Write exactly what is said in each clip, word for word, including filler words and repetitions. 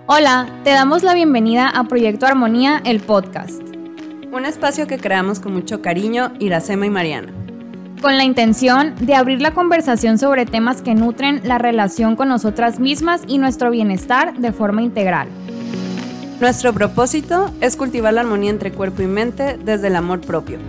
Hola, te damos la bienvenida a Proyecto Armonía, el podcast. Un espacio que creamos con mucho cariño, Iracema y Mariana. Con la intención de abrir la conversación sobre temas que nutren la relación con nosotras mismas y nuestro bienestar de forma integral. Nuestro propósito es cultivar la armonía entre cuerpo y mente desde el amor propio.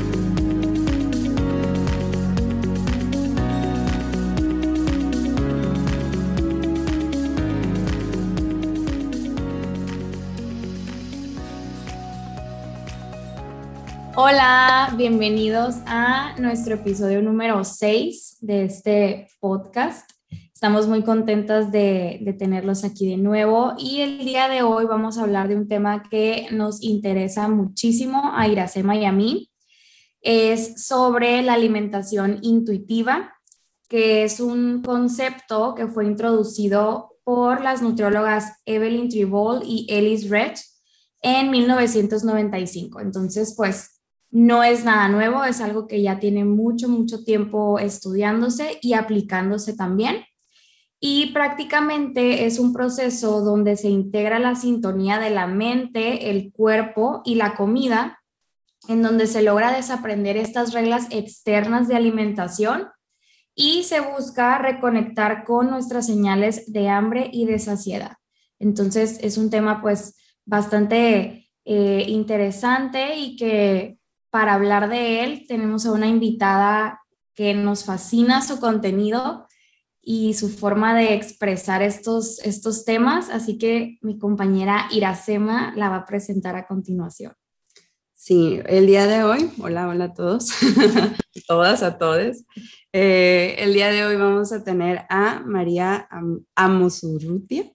Hola, bienvenidos a nuestro episodio número seis de este podcast. Estamos muy contentas de, de tenerlos aquí de nuevo y el día de hoy vamos a hablar de un tema que nos interesa muchísimo a Iracema y a mí. Es sobre la alimentación intuitiva, que es un concepto que fue introducido por las nutriólogas Evelyn Tribole y Ellis Resch en mil novecientos noventa y cinco. Entonces, pues, no es nada nuevo, es algo que ya tiene mucho, mucho tiempo estudiándose y aplicándose también. Y prácticamente es un proceso donde se integra la sintonía de la mente, el cuerpo y la comida, en donde se logra desaprender estas reglas externas de alimentación y se busca reconectar con nuestras señales de hambre y de saciedad. Entonces es un tema pues bastante eh, interesante y que para hablar de él tenemos a una invitada que nos fascina su contenido y su forma de expresar estos, estos temas, así que mi compañera Iracema la va a presentar a continuación. Sí, el día de hoy, hola, hola a todos, todas, a todos. Eh, el día de hoy vamos a tener a María Am- Amosurrutia,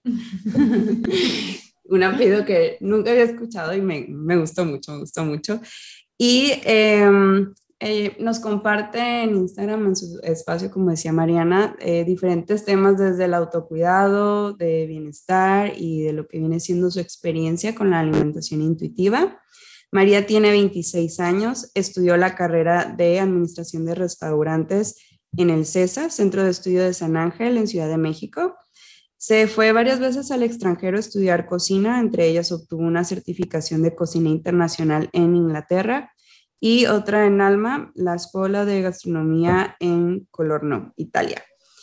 un apellido que nunca había escuchado y me, me gustó mucho, me gustó mucho. Y eh, eh, nos comparte en Instagram, en su espacio, como decía Mariana, eh, diferentes temas desde el autocuidado, de bienestar y de lo que viene siendo su experiencia con la alimentación intuitiva. María tiene veintiséis años, estudió la carrera de Administración de Restaurantes en el CESA, Centro de Estudio de San Ángel, en Ciudad de México. Se fue varias veces al extranjero a estudiar cocina, entre ellas obtuvo una certificación de cocina internacional en Inglaterra y otra en Alma, la Escuela de Gastronomía en Colorno, Italia.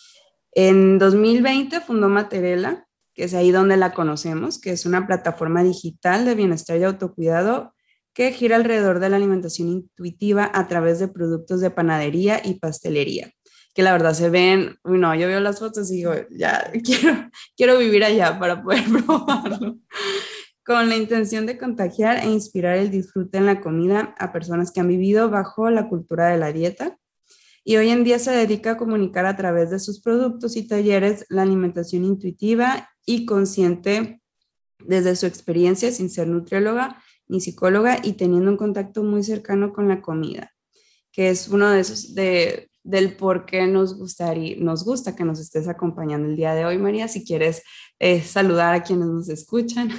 En dos mil veinte fundó Materella, que es ahí donde la conocemos, que es una plataforma digital de bienestar y autocuidado que gira alrededor de la alimentación intuitiva a través de productos de panadería y pastelería, que la verdad se ven, uy, no, yo veo las fotos y digo, ya, quiero, quiero vivir allá para poder probarlo, con la intención de contagiar e inspirar el disfrute en la comida a personas que han vivido bajo la cultura de la dieta. Y hoy en día se dedica a comunicar a través de sus productos y talleres la alimentación intuitiva y consciente desde su experiencia sin ser nutrióloga ni psicóloga y teniendo un contacto muy cercano con la comida, que es uno de esos de, del por qué nos gustaría, nos gusta que nos estés acompañando el día de hoy, María. Si quieres eh, saludar a quienes nos escuchan.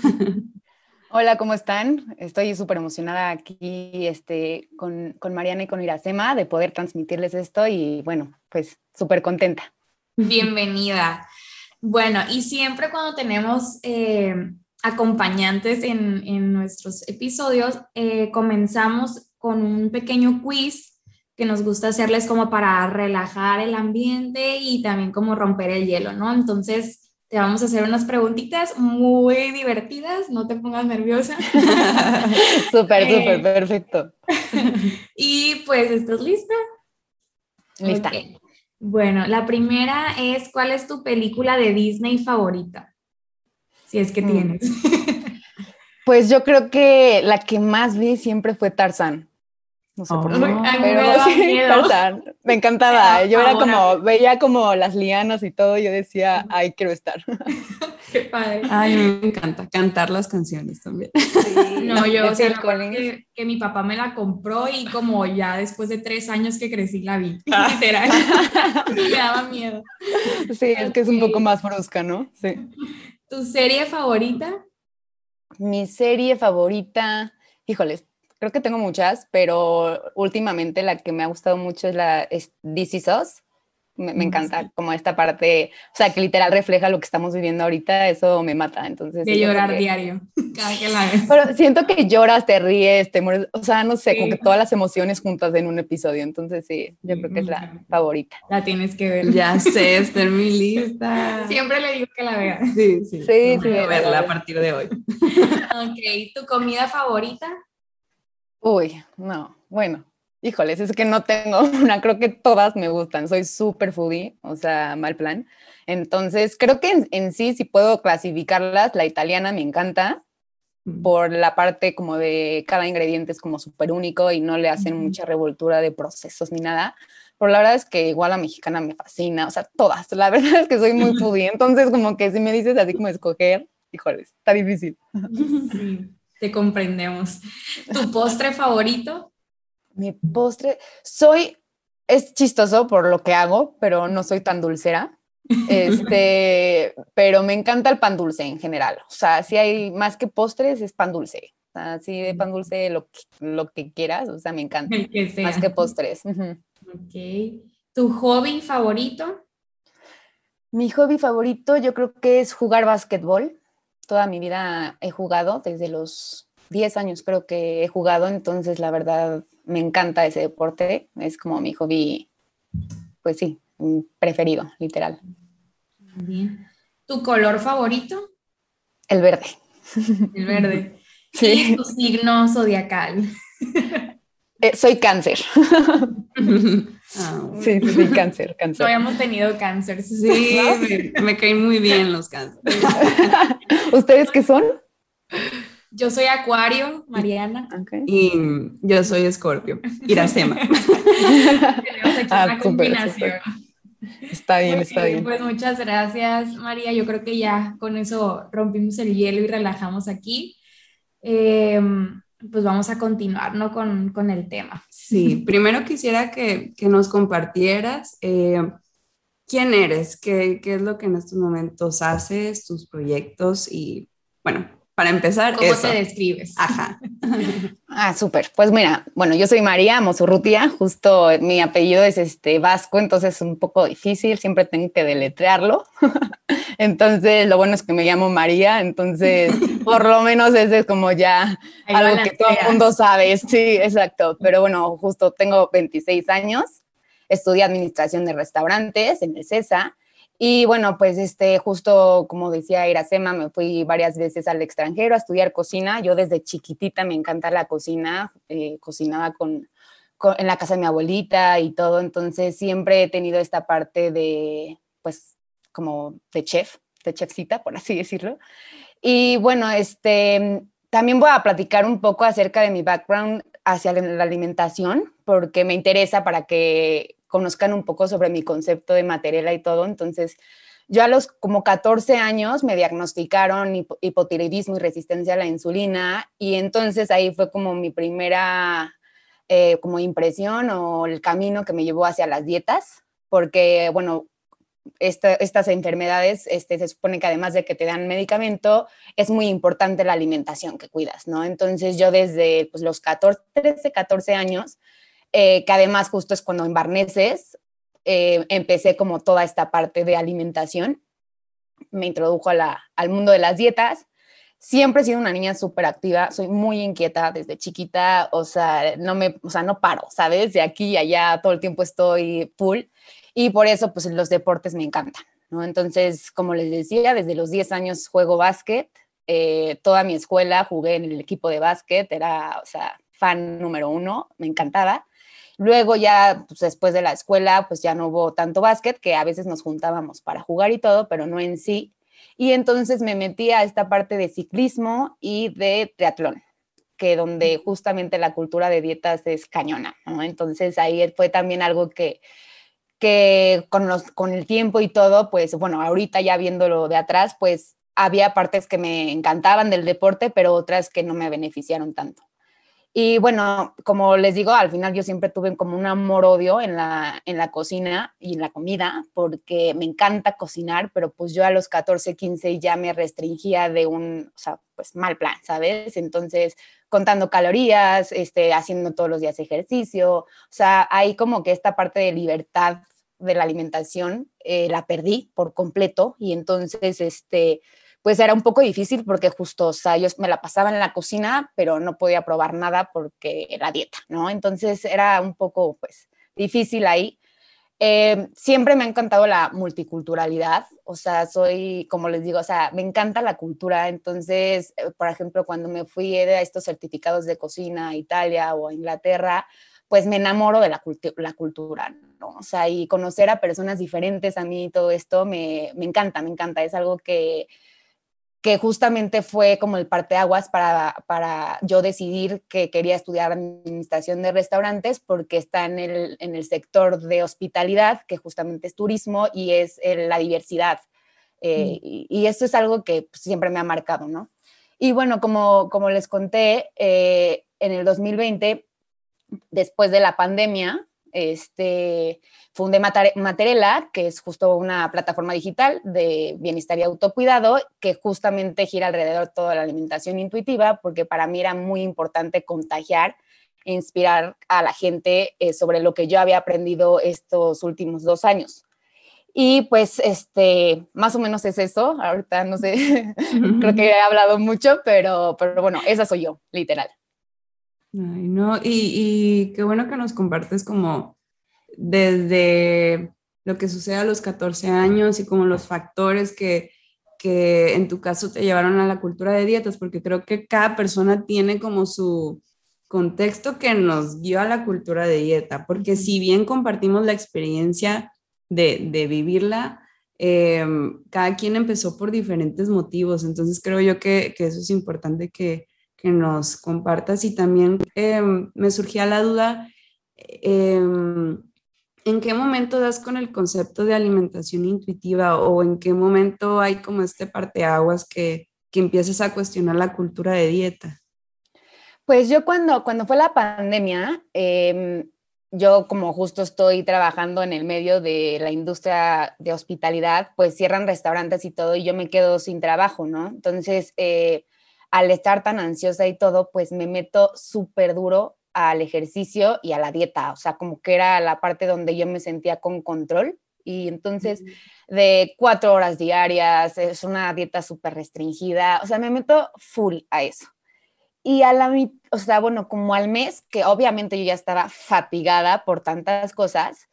Hola, ¿cómo están? Estoy súper emocionada aquí este, con, con Mariana y con Iracema de poder transmitirles esto y bueno, pues súper contenta. Bienvenida. Bueno, y siempre cuando tenemos eh, acompañantes en, en nuestros episodios, eh, comenzamos con un pequeño quiz que nos gusta hacerles como para relajar el ambiente y también como romper el hielo, ¿no? Entonces, te vamos a hacer unas preguntitas muy divertidas, no te pongas nerviosa. Súper, eh, súper, perfecto. Y pues, ¿estás lista? Lista. Okay. Bueno, la primera es, ¿cuál es tu película de Disney favorita? Si es que Mm. tienes. Pues yo creo que la que más vi siempre fue Tarzán. No sé Oh. por qué. A mí Pero me daba sí, miedo. Tarzán. Me encantaba. Me Yo era daba como, veía como las lianas y todo, y yo decía, ay, quiero estar. Qué padre. Ay, me encanta cantar las canciones también. Sí, No, yo, o sea, Phil me acuerdo Collins. que, que mi papá me la compró y como ya después de tres años que crecí la vi, literal. Me daba miedo. Sí, es que es un poco Ok. más brusca, ¿no? Sí. ¿Tu serie favorita? Mi serie favorita, híjoles, creo que tengo muchas, pero últimamente la que me ha gustado mucho es la es This Is Us. me, me encanta como esta parte, o sea, que literal refleja lo que estamos viviendo ahorita, eso me mata, entonces... De sí, llorar que... diario, cada que la ves. Pero siento que lloras, te ríes, te mueres, o sea, no sé, sí. Como que todas las emociones juntas en un episodio, entonces sí, yo sí, creo que es la encanta. Favorita. La tienes que ver. Ya sé, está en mi lista. Siempre le digo que la vea. Sí, sí, sí, voy sí, a verla a partir de hoy. Ok, ¿tu comida favorita? Uy, no, bueno, híjoles, es que no tengo una, creo que todas me gustan, soy súper foodie, o sea, mal plan. Entonces, creo que en, en sí, si puedo clasificarlas, la italiana me encanta, mm. por la parte como de cada ingrediente es como súper único y no le hacen mm. mucha revoltura de procesos ni nada. Pero la verdad es que igual la mexicana me fascina, o sea, todas. La verdad es que soy muy foodie, entonces como que si me dices así como escoger, híjoles, está difícil. Sí. Te comprendemos. ¿Tu postre favorito? Mi postre, soy, es chistoso por lo que hago, pero no soy tan dulcera, este, pero me encanta el pan dulce en general, o sea, si hay más que postres, es pan dulce, o sea, así de pan dulce lo que, lo que quieras, o sea, me encanta, el que sea. Más que postres. Uh-huh. Ok, ¿tu hobby favorito? Mi hobby favorito yo creo que es jugar básquetbol. Toda mi vida he jugado, desde los diez años creo que he jugado, entonces la verdad me encanta ese deporte, es como mi hobby, pues sí, preferido, literal. Muy bien. ¿Tu color favorito? El verde. El verde. Sí. ¿Y tu signo zodiacal? Eh, soy cáncer. Oh, sí, sí, sí, cáncer, cáncer. No habíamos tenido cáncer. Sí, ¿no? me, me caen muy bien los cánceres. ¿Ustedes qué son? Yo soy Acuario, Mariana. Okay. Y yo soy Escorpio, Iracema. Tenemos aquí ah, una super, combinación. Super. Está bien, Muy está bien. bien. Pues muchas gracias, María. Yo creo que ya con eso rompimos el hielo y relajamos aquí. Eh, pues vamos a continuar, ¿no? con, con el tema. Sí, primero quisiera que, que nos compartieras eh, quién eres, qué, qué es lo que en estos momentos haces, tus proyectos y, bueno, para empezar, ¿Cómo eso. te describes? Ajá. Ah, súper. Pues mira, bueno, yo soy María Mosurrutia, justo mi apellido es este vasco, entonces es un poco difícil, siempre tengo que deletrearlo. Entonces, lo bueno es que me llamo María, entonces, por lo menos ese es como ya Ahí algo balancea. que todo el mundo sabe. Sí, exacto. Pero bueno, justo tengo veintiséis años, estudié administración de restaurantes en el CESA. Y bueno, pues este, justo como decía Iracema, me fui varias veces al extranjero a estudiar cocina. Yo desde chiquitita me encanta la cocina, eh, cocinaba con, con, en la casa de mi abuelita y todo, entonces siempre he tenido esta parte de, pues, como de chef, de chefcita, por así decirlo. Y bueno, este, también voy a platicar un poco acerca de mi background hacia la alimentación, porque me interesa para que conozcan un poco sobre mi concepto de material y todo. Entonces, yo a los como catorce años me diagnosticaron hip- hipotiroidismo y resistencia a la insulina, y entonces ahí fue como mi primera eh, como impresión o el camino que me llevó hacia las dietas, porque, bueno, esta, estas enfermedades, este, se supone que además de que te dan medicamento, es muy importante la alimentación que cuidas, ¿no? Entonces yo desde pues, los catorce, trece, catorce años, eh, que además justo es cuando embarneces, eh, empecé como toda esta parte de alimentación, me introdujo a la, al mundo de las dietas. Siempre he sido una niña súper activa, soy muy inquieta desde chiquita, o sea, no me, o sea, no paro, ¿sabes? De aquí a allá todo el tiempo estoy full y por eso pues los deportes me encantan, ¿no? Entonces, como les decía, desde los diez años juego básquet, eh, toda mi escuela jugué en el equipo de básquet, era, o sea, fan número uno, me encantaba. Luego ya, pues después de la escuela, pues ya no hubo tanto básquet, que a veces nos juntábamos para jugar y todo, pero no en sí. Y entonces me metí a esta parte de ciclismo y de triatlón, que donde justamente la cultura de dietas es cañona, ¿no? Entonces ahí fue también algo que, que con, los, con el tiempo y todo, pues bueno, ahorita ya viéndolo de atrás, pues había partes que me encantaban del deporte, pero otras que no me beneficiaron tanto. Y bueno, como les digo, al final yo siempre tuve como un amor-odio en la, en la cocina y en la comida, porque me encanta cocinar, pero pues yo a los catorce, quince ya me restringía de un, o sea, pues mal plan, ¿sabes? Entonces, contando calorías, este, haciendo todos los días ejercicio, o sea, hay como que esta parte de libertad de la alimentación eh, la perdí por completo y entonces, este, pues era un poco difícil porque justo, o sea, yo me la pasaba en la cocina, pero no podía probar nada porque era dieta, ¿no? Entonces era un poco, pues, difícil ahí. Eh, siempre me ha encantado la multiculturalidad, o sea, soy, como les digo, o sea, me encanta la cultura, entonces, eh, por ejemplo, cuando me fui a estos certificados de cocina a Italia o a Inglaterra, pues me enamoro de la, cultu la cultura, ¿no? O sea, y conocer a personas diferentes a mí, todo esto me, me encanta, me encanta, es algo que que justamente fue como el parteaguas para, para yo decidir que quería estudiar administración de restaurantes porque está en el, en el sector de hospitalidad, que justamente es turismo y es el, la diversidad. Eh, mm. y, y esto es algo que pues, siempre me ha marcado, ¿no? Y bueno, como, como les conté, eh, en el dos mil veinte, después de la pandemia, este, fundé Materela, que es justo una plataforma digital de bienestar y autocuidado, que justamente gira alrededor de toda la alimentación intuitiva, porque para mí era muy importante contagiar e inspirar a la gente eh, sobre lo que yo había aprendido estos últimos dos años. Y pues, este, más o menos es eso. Ahorita no sé, creo que he hablado mucho, pero, pero bueno, esa soy yo, literal. Ay, no, y, y qué bueno que nos compartes como desde lo que sucede a los catorce años y como los factores que, que en tu caso te llevaron a la cultura de dietas, porque creo que cada persona tiene como su contexto que nos guió a la cultura de dieta, porque si bien compartimos la experiencia de, de vivirla, eh, cada quien empezó por diferentes motivos, entonces creo yo que, que eso es importante que que nos compartas y también eh, me surgía la duda, eh, ¿en qué momento das con el concepto de alimentación intuitiva o en qué momento hay como este parteaguas que, que empiezas a cuestionar la cultura de dieta? Pues yo cuando, cuando fue la pandemia, eh, yo como justo estoy trabajando en el medio de la industria de hospitalidad, pues cierran restaurantes y todo y yo me quedo sin trabajo, ¿no? Entonces, eh, al estar tan ansiosa y todo, pues me meto súper duro al ejercicio y a la dieta, o sea, como que era la parte donde yo me sentía con control y entonces de cuatro horas diarias, es una dieta súper restringida, o sea, me meto full a eso. Y a la mitad, o sea, bueno, como al mes, que obviamente yo ya estaba fatigada por tantas cosas,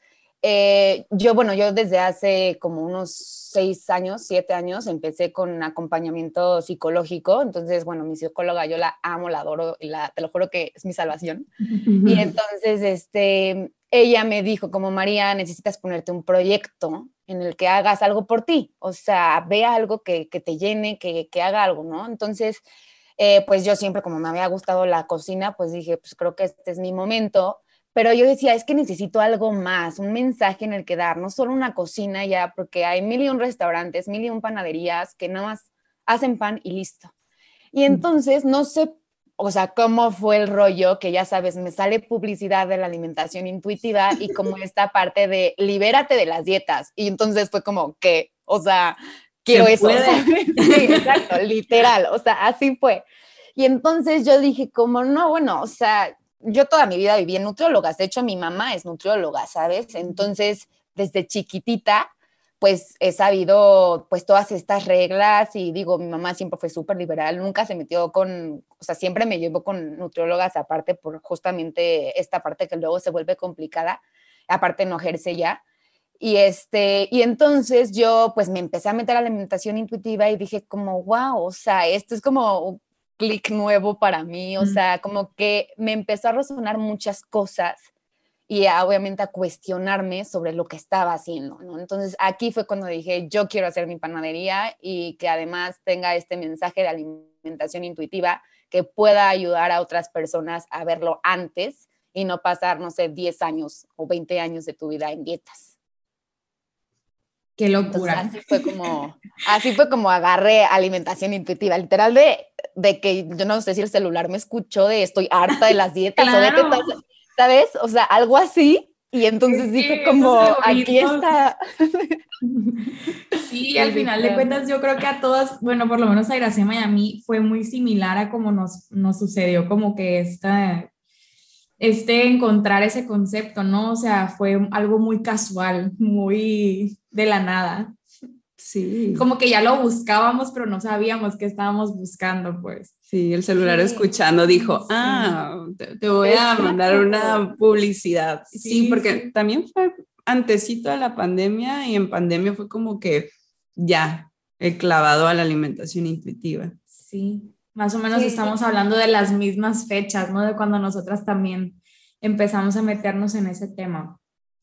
eh, yo, bueno, yo desde hace como unos seis años, siete años, empecé con acompañamiento psicológico. Entonces, bueno, mi psicóloga, yo la amo, la adoro, y la, te lo juro que es mi salvación. Uh-huh. Y entonces, este, ella me dijo, como María, necesitas ponerte un proyecto en el que hagas algo por ti. O sea, vea algo que, que te llene, que, que haga algo, ¿no? Entonces, eh, pues yo siempre, como me había gustado la cocina, pues dije, pues creo que este es mi momento. Pero yo decía, es que necesito algo más, un mensaje en el que dar, no solo una cocina ya, porque hay mil y un restaurantes, mil y un panaderías que nada más hacen pan y listo. Y entonces, no sé, o sea, cómo fue el rollo, que ya sabes, me sale publicidad de la alimentación intuitiva y como esta parte de libérate de las dietas. Y entonces fue como que, o sea, quiero eso. ¿Sabes? Sí, exacto, literal, o sea, así fue. Y entonces yo dije, como no, bueno, o sea, yo toda mi vida viví en nutriólogas, de hecho mi mamá es nutrióloga, ¿sabes? Entonces, desde chiquitita, pues he sabido pues todas estas reglas y digo, mi mamá siempre fue súper liberal, nunca se metió con, o sea, siempre me llevó con nutriólogas aparte por justamente esta parte que luego se vuelve complicada, aparte no ejerce ya. Y, este, y entonces yo pues me empecé a meter a la alimentación intuitiva y dije como, wow, o sea, esto es como clic nuevo para mí, o sea, como que me empezó a resonar muchas cosas y a, obviamente a cuestionarme sobre lo que estaba haciendo, ¿no? Entonces aquí fue cuando dije, yo quiero hacer mi panadería y que además tenga este mensaje de alimentación intuitiva que pueda ayudar a otras personas a verlo antes y no pasar, no sé, diez años o veinte años de tu vida en dietas. Qué locura. Entonces, así fue como, así fue como agarré alimentación intuitiva, literal de, de que yo no sé si el celular me escuchó de estoy harta de las dietas claro. o de que, ¿sabes? O sea, algo así. Y entonces sí, dije como, aquí está. Sí, al final de cuentas yo creo que a todas, bueno, por lo menos a Iracema y a mí fue muy similar a como nos, nos sucedió como que esta... este encontrar ese concepto, ¿no? O sea, fue algo muy casual, muy de la nada. Sí. Como que ya lo buscábamos, pero no sabíamos qué estábamos buscando, pues. Sí, el celular Sí, escuchando dijo, sí. ah, te, te voy a Exacto. mandar una publicidad. Sí, Sí, porque sí. también fue antesito de la pandemia y en pandemia fue como que ya, el clavado a la alimentación intuitiva. Sí, más o menos Sí, estamos hablando de las mismas fechas, ¿no? De cuando nosotras también empezamos a meternos en ese tema.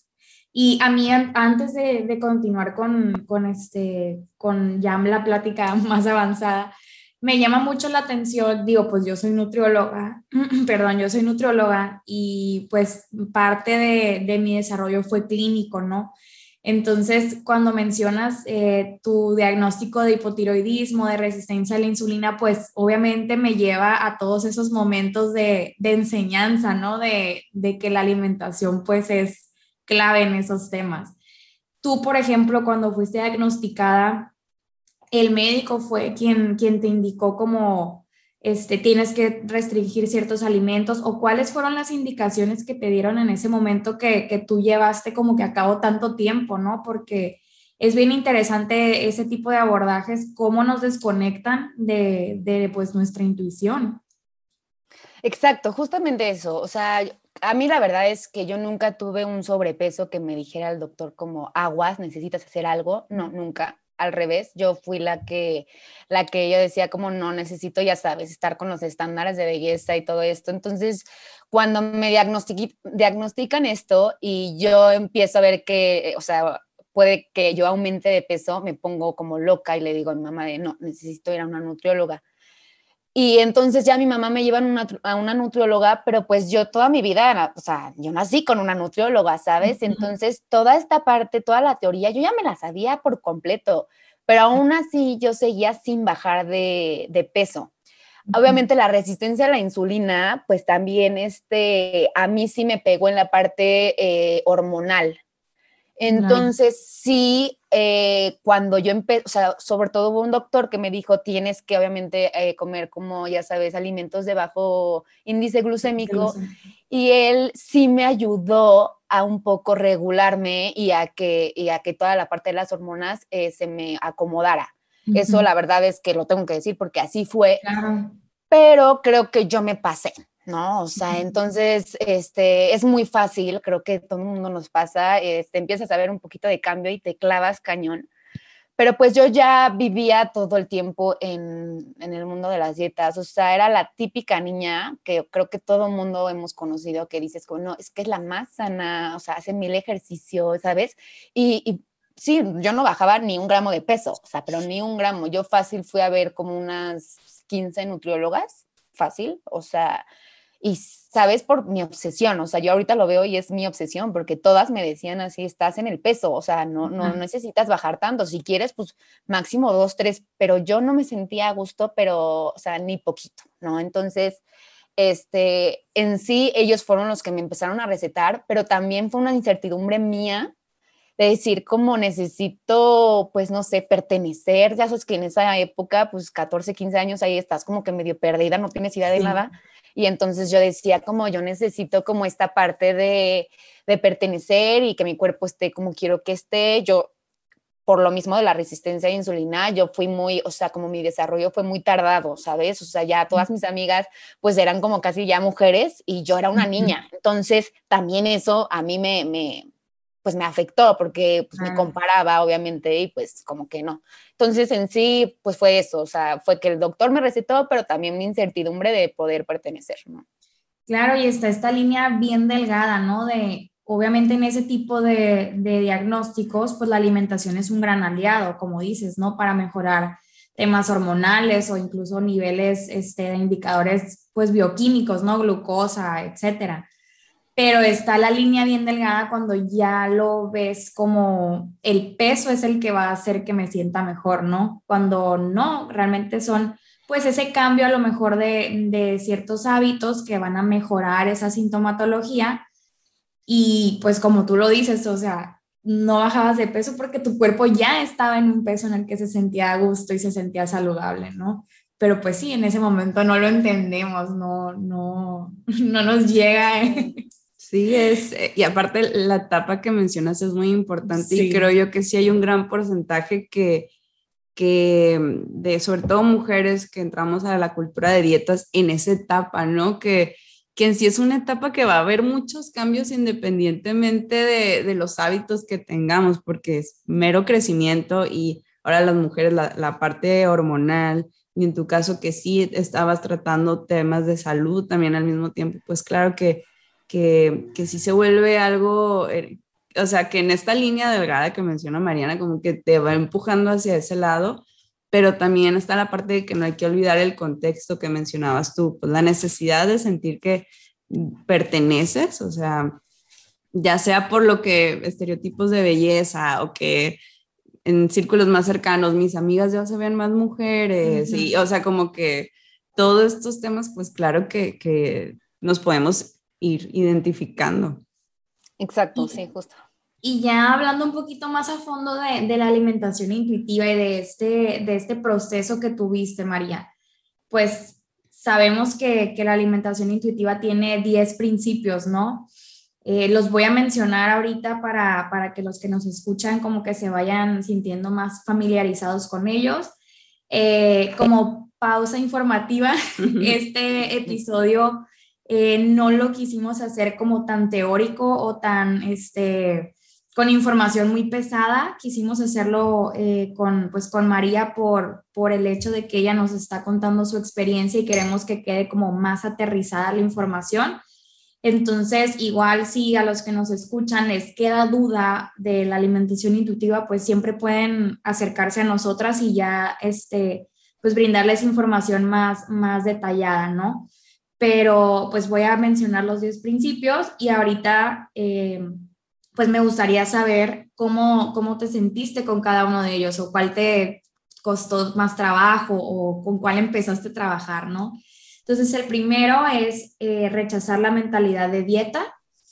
Y a mí, an- antes de, de continuar con, con, este, con ya la plática más avanzada, me llama mucho la atención, digo, pues yo soy nutrióloga, perdón, yo soy nutrióloga y pues parte de, de mi desarrollo fue clínico, ¿no? Entonces, cuando mencionas eh, tu diagnóstico de hipotiroidismo, de resistencia a la insulina, pues obviamente me lleva a todos esos momentos de, de enseñanza, ¿no? De, de que la alimentación pues es clave en esos temas. Tú, por ejemplo, cuando fuiste diagnosticada, el médico fue quien, quien te indicó como este, tienes que restringir ciertos alimentos o cuáles fueron las indicaciones que te dieron en ese momento que, que tú llevaste como que a cabo tanto tiempo, ¿no? Porque es bien interesante ese tipo de abordajes, cómo nos desconectan de, de pues nuestra intuición. exacto, justamente eso. O sea, a mí la verdad es que yo nunca tuve un sobrepeso que me dijera el doctor como aguas, necesitas hacer algo. No, nunca. Al revés, yo fui la que, la que yo decía como no necesito, ya sabes, estar con los estándares de belleza y todo esto. Entonces, cuando me diagnostiqui- diagnostican esto y yo empiezo a ver que, o sea, puede que yo aumente de peso, me pongo como loca y le digo a mi mamá de no, necesito ir a una nutrióloga. Y entonces ya mi mamá me lleva a una, a una nutrióloga, pero pues yo toda mi vida, o sea, yo nací con una nutrióloga, ¿sabes? Entonces toda esta parte, toda la teoría, yo ya me la sabía por completo, pero aún así yo seguía sin bajar de, de peso. Obviamente la resistencia a la insulina, pues también este, a mí sí me pegó en la parte eh, hormonal. Claro. Entonces, sí, eh, cuando yo empecé, o sea, sobre todo hubo un doctor que me dijo, tienes que obviamente eh, comer como, ya sabes, alimentos de bajo índice glucémico, y él sí me ayudó a un poco regularme y a que, y a que toda la parte de las hormonas eh, se me acomodara. Eso Uh-huh. la verdad es que lo tengo que decir porque así fue, Claro. pero creo que yo me pasé, ¿no? O sea, entonces, este, es muy fácil, creo que todo el mundo nos pasa, este, empiezas a ver un poquito de cambio y te clavas cañón, pero pues yo ya vivía todo el tiempo en, en el mundo de las dietas, o sea, era la típica niña que creo que todo el mundo hemos conocido, que dices, como, no, es que es la más sana, o sea, hace mil ejercicios, ¿sabes? Y, y sí, yo no bajaba ni un gramo de peso, o sea, pero ni un gramo, yo fácil fui a ver como unas quince nutriólogas, fácil, o sea, y sabes por mi obsesión, o sea, yo ahorita lo veo y es mi obsesión, porque todas me decían así, estás en el peso, o sea, no, no necesitas bajar tanto, si quieres, pues máximo dos, tres, pero yo no me sentía a gusto, pero, o sea, ni poquito, ¿no? Entonces, este, en sí, ellos fueron los que me empezaron a recetar, pero también fue una incertidumbre mía de decir como necesito, pues no sé, pertenecer, ya sabes que en esa época, pues catorce, quince años, ahí estás como que medio perdida, no tienes idea de Sí. nada, y entonces yo decía como yo necesito como esta parte de, de pertenecer y que mi cuerpo esté como quiero que esté, yo por lo mismo de la resistencia a la insulina, yo fui muy, o sea, como mi desarrollo fue muy tardado, ¿sabes? O sea, ya todas mis amigas pues eran como casi ya mujeres y yo era una niña. Entonces, también eso a mí me, me pues me afectó porque pues me Claro. comparaba obviamente y pues como que no. Entonces, en sí, pues fue eso, o sea, fue que el doctor me recetó, pero también mi incertidumbre de poder pertenecer, ¿no? Claro, y está esta línea bien delgada, ¿no? De, obviamente en ese tipo de, de diagnósticos, pues la alimentación es un gran aliado, como dices, ¿no? Para mejorar temas hormonales o incluso niveles este, de indicadores, pues bioquímicos, ¿no? Glucosa, etcétera. Pero está la línea bien delgada cuando ya lo ves como el peso es el que va a hacer que me sienta mejor, ¿no? Cuando no, realmente son pues ese cambio a lo mejor de, de ciertos hábitos que van a mejorar esa sintomatología y pues como tú lo dices, o sea, no bajabas de peso porque tu cuerpo ya estaba en un peso en el que se sentía a gusto y se sentía saludable, ¿no? pero pues sí, en ese momento no lo entendemos, no, no, no nos llega. Sí, es, eh, y aparte la etapa que mencionas es muy importante Sí. y creo yo que sí hay un gran porcentaje que, que de sobre todo mujeres que entramos a la cultura de dietas en esa etapa, ¿no? Que, que en sí es una etapa que va a haber muchos cambios independientemente de, de los hábitos que tengamos, porque es mero crecimiento y ahora las mujeres, la, la parte hormonal, y en tu caso que sí estabas tratando temas de salud también al mismo tiempo, pues claro que, que, que sí se vuelve algo, eh, o sea, que en esta línea delgada que menciona Mariana, como que te va empujando hacia ese lado, pero también está la parte de que no hay que olvidar el contexto que mencionabas tú, pues la necesidad de sentir que perteneces, o sea, ya sea por lo que estereotipos de belleza o que en círculos más cercanos mis amigas ya se ven más mujeres, uh-huh. Y o sea, como que todos estos temas, pues claro que, que nos podemos ir identificando. Exacto, y, sí, justo. Y ya hablando un poquito más a fondo de, de la alimentación intuitiva y de este, de este proceso que tuviste, María, pues sabemos que, que la alimentación intuitiva tiene diez principios, ¿no? Eh, los voy a mencionar ahorita para, para que los que nos escuchan como que se vayan sintiendo más familiarizados con ellos. Eh, como pausa informativa, este episodio eh, no lo quisimos hacer como tan teórico o tan, este, con información muy pesada. Quisimos hacerlo eh, con, pues, con María por, por el hecho de que ella nos está contando su experiencia y queremos que quede como más aterrizada la información. Entonces, igual si a los que nos escuchan les queda duda de la alimentación intuitiva, pues siempre pueden acercarse a nosotras y ya, este, pues brindarles información más, más detallada, ¿no? Pero pues voy a mencionar los diez principios y ahorita, eh, pues me gustaría saber cómo, cómo te sentiste con cada uno de ellos o cuál te costó más trabajo o con cuál empezaste a trabajar, ¿no? Entonces, el primero es eh, rechazar la mentalidad de dieta.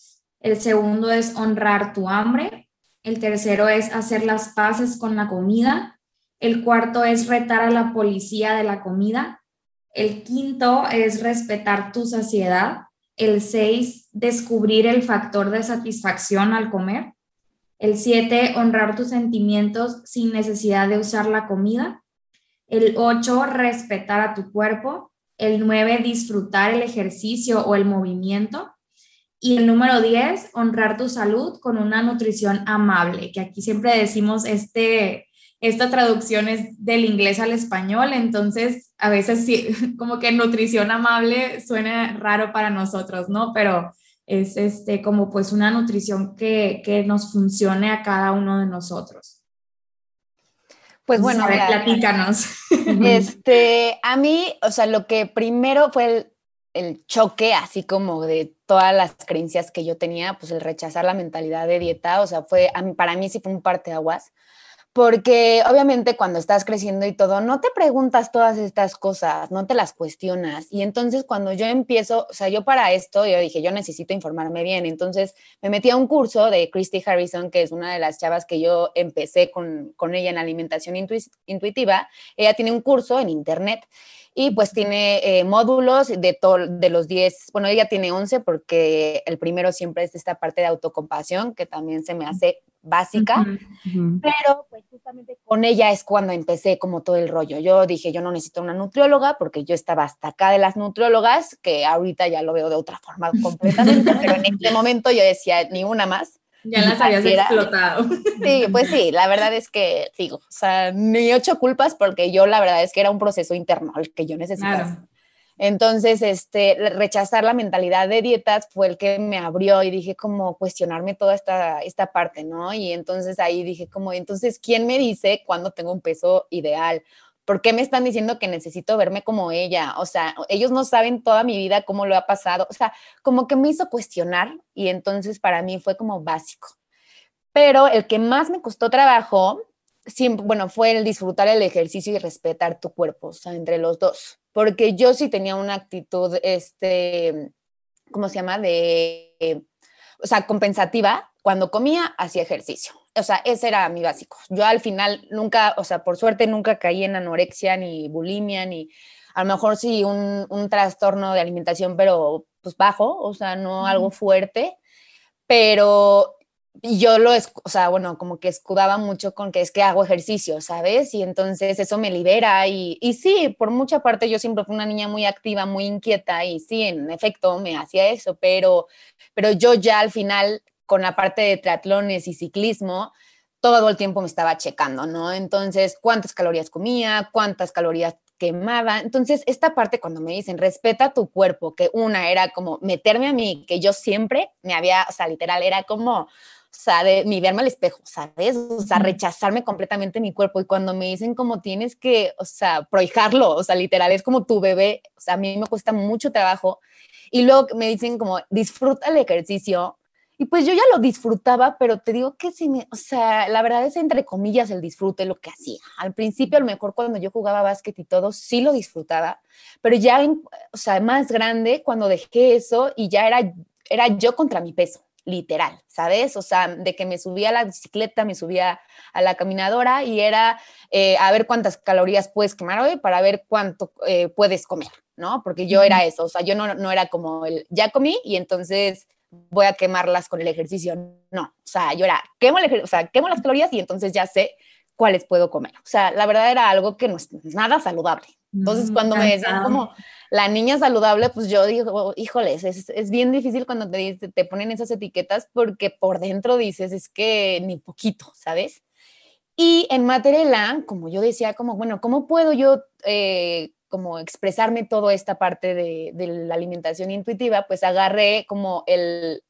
El segundo es honrar tu hambre. El tercero es hacer las paces con la comida. El cuarto es retar a la policía de la comida. El quinto es respetar tu saciedad. El seis, descubrir el factor de satisfacción al comer. El siete, honrar tus sentimientos sin necesidad de usar la comida. El ocho, respetar a tu cuerpo. El nueve, disfrutar el ejercicio o el movimiento. Y el número diez, honrar tu salud con una nutrición amable, que aquí siempre decimos, este, esta traducción es del inglés al español, entonces a veces sí, como que nutrición amable suena raro para nosotros, ¿no? Pero es este, como pues una nutrición que, que nos funcione a cada uno de nosotros. Pues entonces, bueno, a ver, mira, platícanos. Este, a mí, o sea, lo que primero fue el, el choque, así como de todas las creencias que yo tenía, pues el rechazar la mentalidad de dieta, o sea, fue, para mí sí fue un parteaguas, porque obviamente cuando estás creciendo y todo, no te preguntas todas estas cosas, no te las cuestionas. Y entonces cuando yo empiezo, o sea, yo para esto, yo dije, yo necesito informarme bien. Entonces me metí a un curso de Christy Harrison, que es una de las chavas que yo empecé con, con ella en alimentación intu- intuitiva. Ella tiene un curso en internet y pues tiene eh, módulos de, to- de los diez, bueno, ella tiene once porque el primero siempre es esta parte de autocompasión, que también se me hace básica. Uh-huh, uh-huh. Pero pues justamente con ella es cuando empecé como todo el rollo. Yo dije, yo no necesito una nutrióloga porque yo estaba hasta acá de las nutriólogas, que ahorita ya lo veo de otra forma completamente, pero en este momento yo decía, ni una más. Ya las habías era, explotado. Sí, pues sí, la verdad es que, digo, o sea, ni ocho culpas porque yo la verdad es que era un proceso interno el que yo necesitaba. Claro. Entonces, este, rechazar la mentalidad de dietas fue el que me abrió y dije como cuestionarme toda esta, esta parte, ¿no? Y entonces ahí dije como, entonces, ¿quién me dice cuándo tengo un peso ideal? ¿Por qué me están diciendo que necesito verme como ella? O sea, ellos no saben toda mi vida cómo lo ha pasado. O sea, como que me hizo cuestionar y entonces para mí fue como básico. Pero el que más me costó trabajo, siempre, bueno, fue el disfrutar el ejercicio y respetar tu cuerpo, o sea, entre los dos. Porque yo sí tenía una actitud, este, ¿cómo se llama? De, eh, o sea, compensativa. Cuando comía, hacía ejercicio. o sea, ese era mi básico. Yo al final nunca, o sea, por suerte nunca caí en anorexia, ni bulimia, ni a lo mejor sí un, un trastorno de alimentación, pero pues bajo, o sea, no algo fuerte, pero yo lo, o sea, bueno, como que escudaba mucho con que es que hago ejercicio, ¿sabes? Y entonces eso me libera y, y sí, por mucha parte yo siempre fui una niña muy activa, muy inquieta y sí, en efecto me hacía eso, pero, pero yo ya al final con la parte de triatlones y ciclismo, todo el tiempo me estaba checando, ¿no? Entonces, ¿cuántas calorías comía? ¿Cuántas calorías quemaba? Entonces, esta parte cuando me dicen, respeta tu cuerpo, que una era como meterme a mí, que yo siempre me había, o sea, literal, era como, o sea, de mi verme al espejo, ¿sabes? O sea, rechazarme completamente mi cuerpo. Y cuando me dicen como tienes que, o sea, prohijarlo, o sea, literal, es como tu bebé, o sea, a mí me cuesta mucho trabajo. Y luego me dicen como, disfruta el ejercicio. Y pues yo ya lo disfrutaba, pero te digo que sí, me, o sea, la verdad es entre comillas el disfrute lo que hacía. Al principio, a lo mejor cuando yo jugaba básquet y todo, sí lo disfrutaba, pero ya, o sea, más grande, cuando dejé eso y ya era, era yo contra mi peso, literal, ¿sabes? O sea, de que me subía a la bicicleta, me subía a la caminadora y era eh, a ver cuántas calorías puedes quemar hoy para ver cuánto eh, puedes comer, ¿no? Porque yo era eso, o sea, yo no, no era como el, ya comí y entonces voy a quemarlas con el ejercicio. No, o sea, yo era, quemo, el, o sea, quemo las calorías y entonces ya sé cuáles puedo comer. O sea, la verdad era algo que no es nada saludable. Entonces, cuando me decían como la niña saludable, pues yo digo, híjoles, es, es bien difícil cuando te, te ponen esas etiquetas porque por dentro dices, es que ni poquito, ¿sabes? Y en Matterella, como yo decía, como, bueno, ¿cómo puedo yo eh, como expresarme toda esta parte de, de la alimentación intuitiva? Pues agarré como el,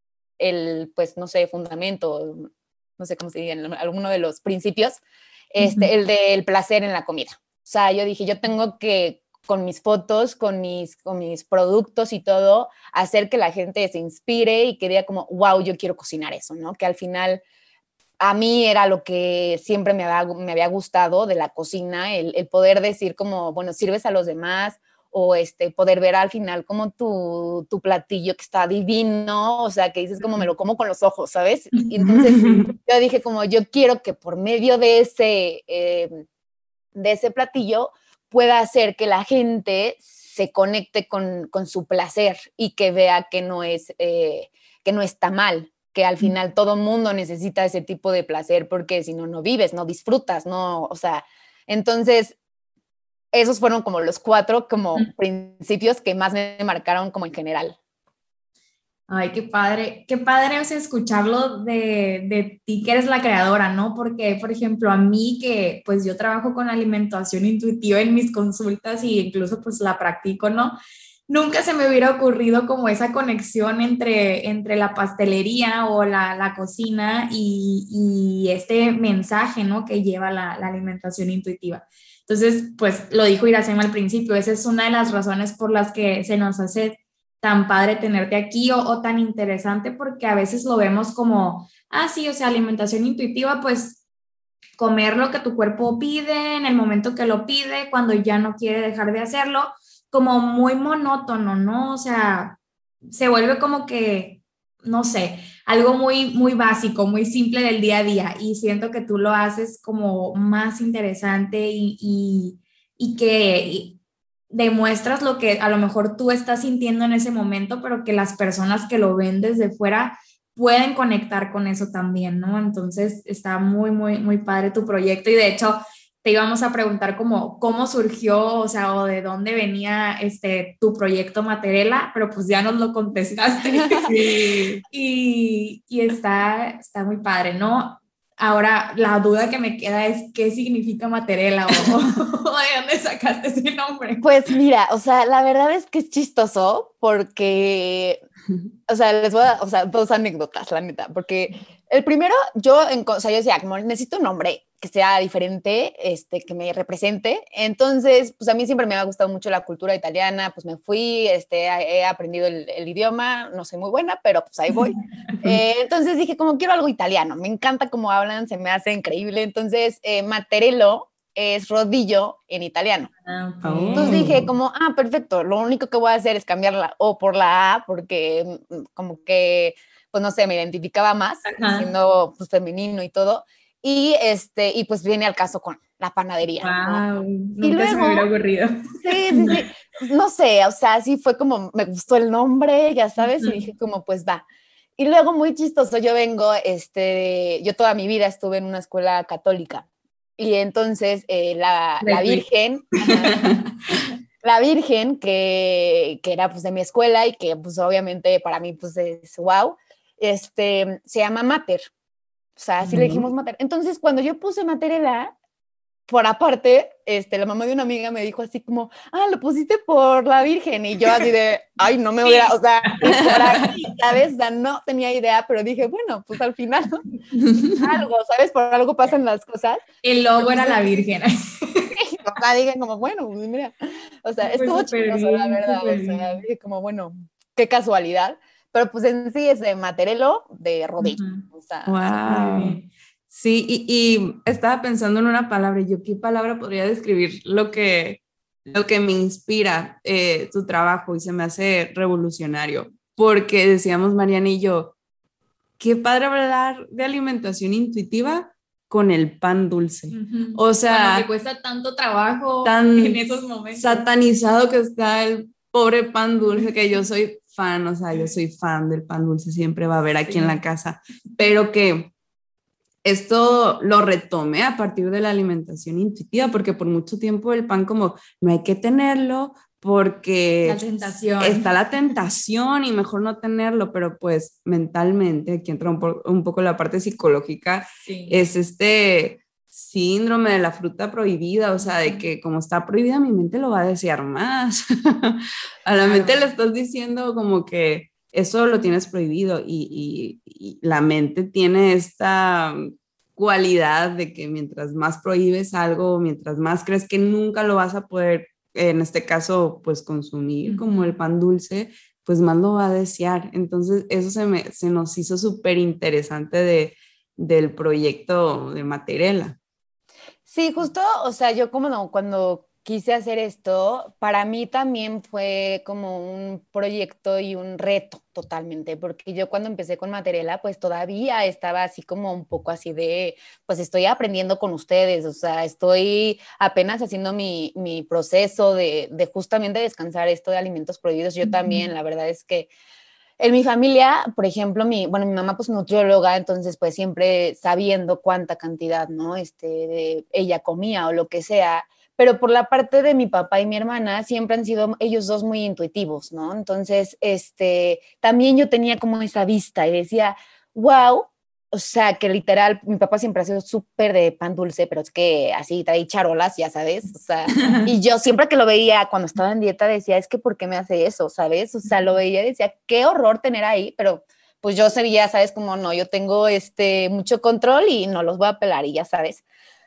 el, pues no sé, fundamento, no sé cómo se dice, alguno de los principios, este, uh-huh. el del placer en la comida. O sea, yo dije, yo tengo que, con mis fotos, con mis, con mis productos y todo, hacer que la gente se inspire y que diga como, wow, yo quiero cocinar eso, ¿no? Que al final a mí era lo que siempre me había, me había gustado de la cocina, el, el poder decir como, bueno, sirves a los demás, o este, poder ver al final como tu, tu platillo que está divino, o sea, que dices como me lo como con los ojos, ¿sabes? Y, y entonces yo dije como yo quiero que por medio de ese, eh, de ese platillo pueda hacer que la gente se conecte con, con su placer y que vea que no es, eh, que no está mal, que al final todo mundo necesita ese tipo de placer porque si no, no vives, no disfrutas, no, o sea, entonces esos fueron como los cuatro como mm. principios que más me marcaron como en general. Ay, qué padre, qué padre, o sea, escucharlo de, de ti que eres la creadora, ¿no? Porque, por ejemplo, a mí que pues yo trabajo con alimentación intuitiva en mis consultas y incluso pues la practico, ¿no? Nunca se me hubiera ocurrido como esa conexión entre, entre la pastelería o la, la cocina y, y este mensaje, ¿no? Que lleva la, la alimentación intuitiva. Entonces, pues lo dijo Iracema al principio, esa es una de las razones por las que se nos hace tan padre tenerte aquí o, o tan interesante, porque a veces lo vemos como, ah, sí, o sea, alimentación intuitiva, pues comer lo que tu cuerpo pide en el momento que lo pide, cuando ya no quiere dejar de hacerlo, como muy monótono, ¿no? O sea, se vuelve como que, no sé, algo muy, muy básico, muy simple del día a día, y siento que tú lo haces como más interesante y, y, y que y demuestras lo que a lo mejor tú estás sintiendo en ese momento, pero que las personas que lo ven desde fuera pueden conectar con eso también, ¿no? Entonces está muy, muy, muy padre tu proyecto, y de hecho te íbamos a preguntar como cómo surgió, o sea, o de dónde venía este, tu proyecto Matterella, pero pues ya nos lo contestaste. Sí. y, y está, está muy padre, ¿no? Ahora, la duda que me queda es ¿qué significa Matterella o, o de dónde sacaste ese nombre? Pues mira, o sea, la verdad es que es chistoso porque, o sea, les voy a, o sea, dos anécdotas, la neta, porque el primero, yo, en, o sea, yo decía, como necesito un nombre que sea diferente, este, que me represente. Entonces, pues a mí siempre me ha gustado mucho la cultura italiana, pues me fui, este, he aprendido el, el idioma, no soy muy buena, pero pues ahí voy. Eh, entonces dije, como quiero algo italiano, me encanta cómo hablan, se me hace increíble. Entonces, eh, Matterello es rodillo en italiano. Okay. Entonces dije como, ah, perfecto, lo único que voy a hacer es cambiar la O por la A, porque como que pues no sé, me identificaba más, Ajá. siendo pues femenino y todo. Y, este, y pues viene al caso con la panadería. Wow, ¿no? Y nunca se me luego, hubiera ocurrido. sí, sí, sí, no sé, o sea, sí fue como, me gustó el nombre, ya sabes, y dije como, pues va. Y luego, muy chistoso, yo vengo, este, yo toda mi vida estuve en una escuela católica, y entonces eh, la, la Virgen, ajá, la Virgen, que, que era pues de mi escuela y que pues obviamente para mí pues es wow, este, se llama Mater, o sea, así le dijimos Mater. Entonces, cuando yo puse Materela, por aparte, este, la mamá de una amiga me dijo así como, ah, lo pusiste por la Virgen, y yo así de, ay, no me hubiera, o sea, y por aquí, ¿sabes? O sea, no tenía idea, pero dije, bueno, pues al final, algo, ¿sabes? Por algo pasan las cosas. El lobo era la Virgen. O sea, dije como, bueno, pues mira, o sea, Pues estuvo súper chistoso, la bien, verdad, súper o sea, bien. dije como, bueno, qué casualidad, pero pues en sí es de Materelo de rodillo, Uh-huh. o sea, Wow. Sí, y, y estaba pensando en una palabra, y yo, ¿qué palabra podría describir lo que, lo que me inspira eh, tu trabajo y se me hace revolucionario? Porque decíamos Mariana y yo, qué padre hablar de alimentación intuitiva con el pan dulce. Uh-huh. O sea, cuando te cuesta tanto trabajo tan en esos momentos. Satanizado que está el pobre pan dulce, que yo soy fan, o sea, yo soy fan del pan dulce, siempre va a haber aquí sí. en la casa, pero que esto lo retomé a partir de la alimentación intuitiva, porque por mucho tiempo el pan como no hay que tenerlo porque la tentación. está la tentación y mejor no tenerlo, pero pues mentalmente, aquí entra un, po un poco la parte psicológica, sí. es este síndrome de la fruta prohibida, o sea, de que como está prohibida mi mente lo va a desear más. A la claro. mente le estás diciendo como que eso lo tienes prohibido y, y, y la mente tiene esta cualidad de que mientras más prohíbes algo, mientras más crees que nunca lo vas a poder, en este caso, pues consumir, uh-huh. como el pan dulce, pues más lo va a desear. Entonces eso se, me, se nos hizo súper interesante de, del proyecto de Materela. Sí, justo, o sea, yo como no, cuando quise hacer esto, para mí también fue como un proyecto y un reto totalmente, porque yo cuando empecé con Materela, pues todavía estaba así como un poco así de, pues estoy aprendiendo con ustedes, o sea, estoy apenas haciendo mi, mi proceso de, de justamente descansar esto de alimentos prohibidos. Yo también, la verdad es que en mi familia, por ejemplo, mi, bueno, mi mamá pues nutrióloga, entonces pues siempre sabiendo cuánta cantidad, ¿no? Este, de, ella comía o lo que sea, pero por la parte de mi papá y mi hermana siempre han sido ellos dos muy intuitivos, ¿no? Entonces, este, también yo tenía como esa vista y decía, wow, o sea, que literal, mi papá siempre ha sido súper de pan dulce, pero es que así trae charolas, ya sabes, o sea, y yo siempre que lo veía cuando estaba en dieta decía, es que ¿por qué me hace eso? ¿Sabes? O sea, lo veía y decía, qué horror tener ahí, pero pues yo sabía, ¿sabes? Como no, yo tengo este mucho control y no los voy a pelar y ya sabes.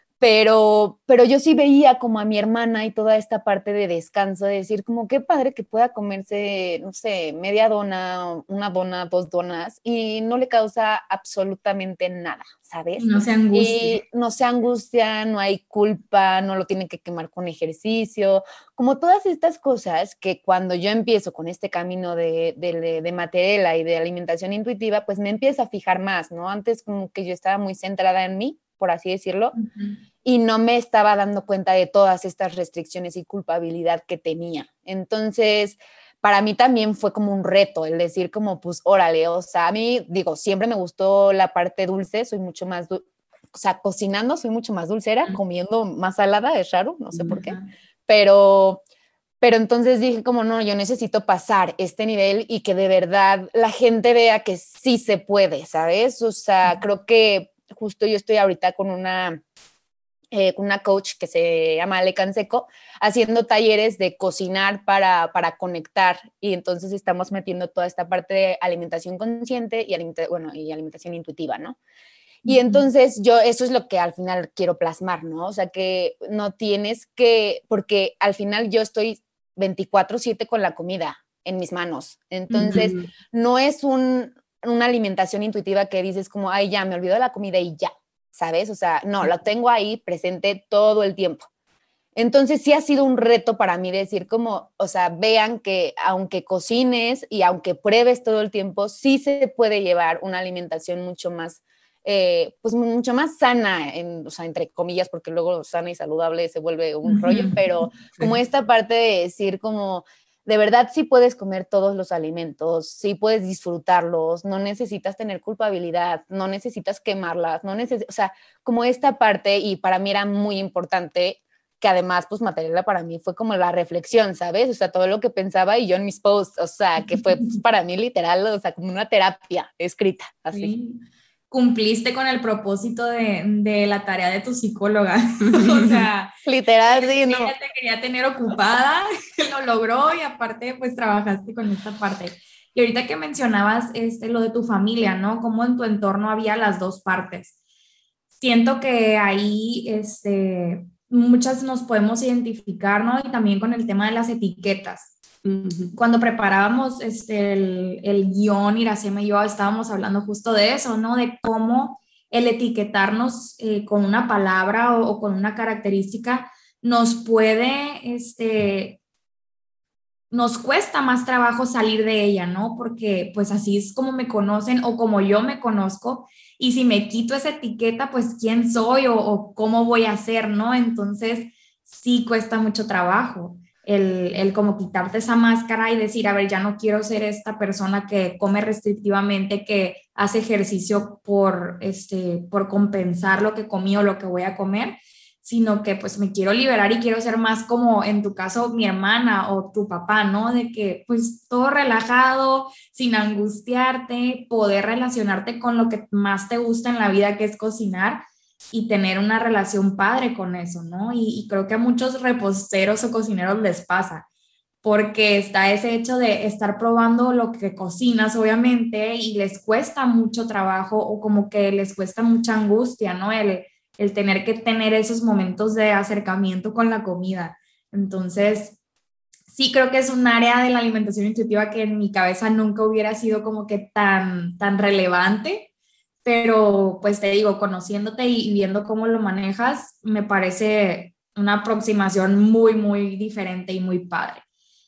Pero, pero yo sí veía como a mi hermana y toda esta parte de descanso, de decir como qué padre que pueda comerse, no sé, media dona, una dona, dos donas y no le causa absolutamente nada, ¿sabes? No se angustia. Y no se angustia, no hay culpa, no lo tienen que quemar con ejercicio, como todas estas cosas que cuando yo empiezo con este camino de, de, de Materela y de alimentación intuitiva, pues me empiezo a fijar más, ¿no? Antes como que yo estaba muy centrada en mí, por así decirlo, uh-huh. y no me estaba dando cuenta de todas estas restricciones y culpabilidad que tenía. Entonces, para mí también fue como un reto el decir como, pues, órale, o sea, a mí, digo, siempre me gustó la parte dulce, soy mucho más, du- o sea, cocinando soy mucho más dulcera, uh-huh. comiendo más salada, es raro, no sé uh-huh. por qué, pero... Pero entonces dije como, no, yo necesito pasar este nivel y que de verdad la gente vea que sí se puede, ¿sabes? O sea, uh-huh. creo que justo yo estoy ahorita con una, eh, con una coach que se llama Ale Canseco, haciendo talleres de cocinar para, para conectar, y entonces estamos metiendo toda esta parte de alimentación consciente y, alimenta- bueno, y alimentación intuitiva, ¿no? Y entonces yo, eso es lo que al final quiero plasmar, ¿no? O sea, que no tienes que, porque al final yo estoy veinticuatro siete con la comida en mis manos. Entonces, uh-huh. no es un, una alimentación intuitiva que dices como, ay, ya, me olvidó de la comida y ya, ¿sabes? O sea, no, lo tengo ahí presente todo el tiempo. Entonces sí ha sido un reto para mí decir como, o sea, vean que aunque cocines y aunque pruebes todo el tiempo, sí se puede llevar una alimentación mucho más, eh, pues mucho más sana, en, o sea, entre comillas, porque luego sana y saludable se vuelve un rollo, pero como esta parte de decir como, de verdad sí puedes comer todos los alimentos, sí puedes disfrutarlos, no necesitas tener culpabilidad, no necesitas quemarlas, no neces o sea, como esta parte, y para mí era muy importante, que además, pues, Materiala para mí fue como la reflexión, ¿sabes? O sea, todo lo que pensaba y yo en mis posts, o sea, que fue pues, para mí literal, o sea, como una terapia escrita, así. Sí. Cumpliste con el propósito de, de la tarea de tu psicóloga. O sea, literal, sí, ella no. te quería tener ocupada, lo logró y aparte, pues, trabajaste con esta parte. Y ahorita que mencionabas este, lo de tu familia, ¿no? Cómo en tu entorno había las dos partes. Siento que ahí este, muchas nos podemos identificar, ¿no? Y también con el tema de las etiquetas. Ujú. Cuando preparábamos este, el, el guión, Iracema y yo estábamos hablando justo de eso, ¿no? De cómo el etiquetarnos eh, con una palabra o, o con una característica nos puede este, nos cuesta más trabajo salir de ella, ¿no? Porque pues así es como me conocen o como yo me conozco y si me quito esa etiqueta, pues quién soy o, o cómo voy a ser, ¿no? Entonces sí cuesta mucho trabajo el, el como quitarte esa máscara y decir, a ver, ya no quiero ser esta persona que come restrictivamente, que hace ejercicio por, este, por compensar lo que comí o lo que voy a comer, sino que pues me quiero liberar y quiero ser más como en tu caso mi hermana o tu papá, ¿no? De que pues todo relajado, sin angustiarte, poder relacionarte con lo que más te gusta en la vida, que es cocinar y tener una relación padre con eso, ¿no? Y, y creo que a muchos reposteros o cocineros les pasa, porque está ese hecho de estar probando lo que cocinas, obviamente, y les cuesta mucho trabajo o como que les cuesta mucha angustia, ¿no? El, el tener que tener esos momentos de acercamiento con la comida. Entonces, sí creo que es un área de la alimentación intuitiva que en mi cabeza nunca hubiera sido como que tan, tan relevante, pero pues te digo, conociéndote y viendo cómo lo manejas, me parece una aproximación muy, muy diferente y muy padre.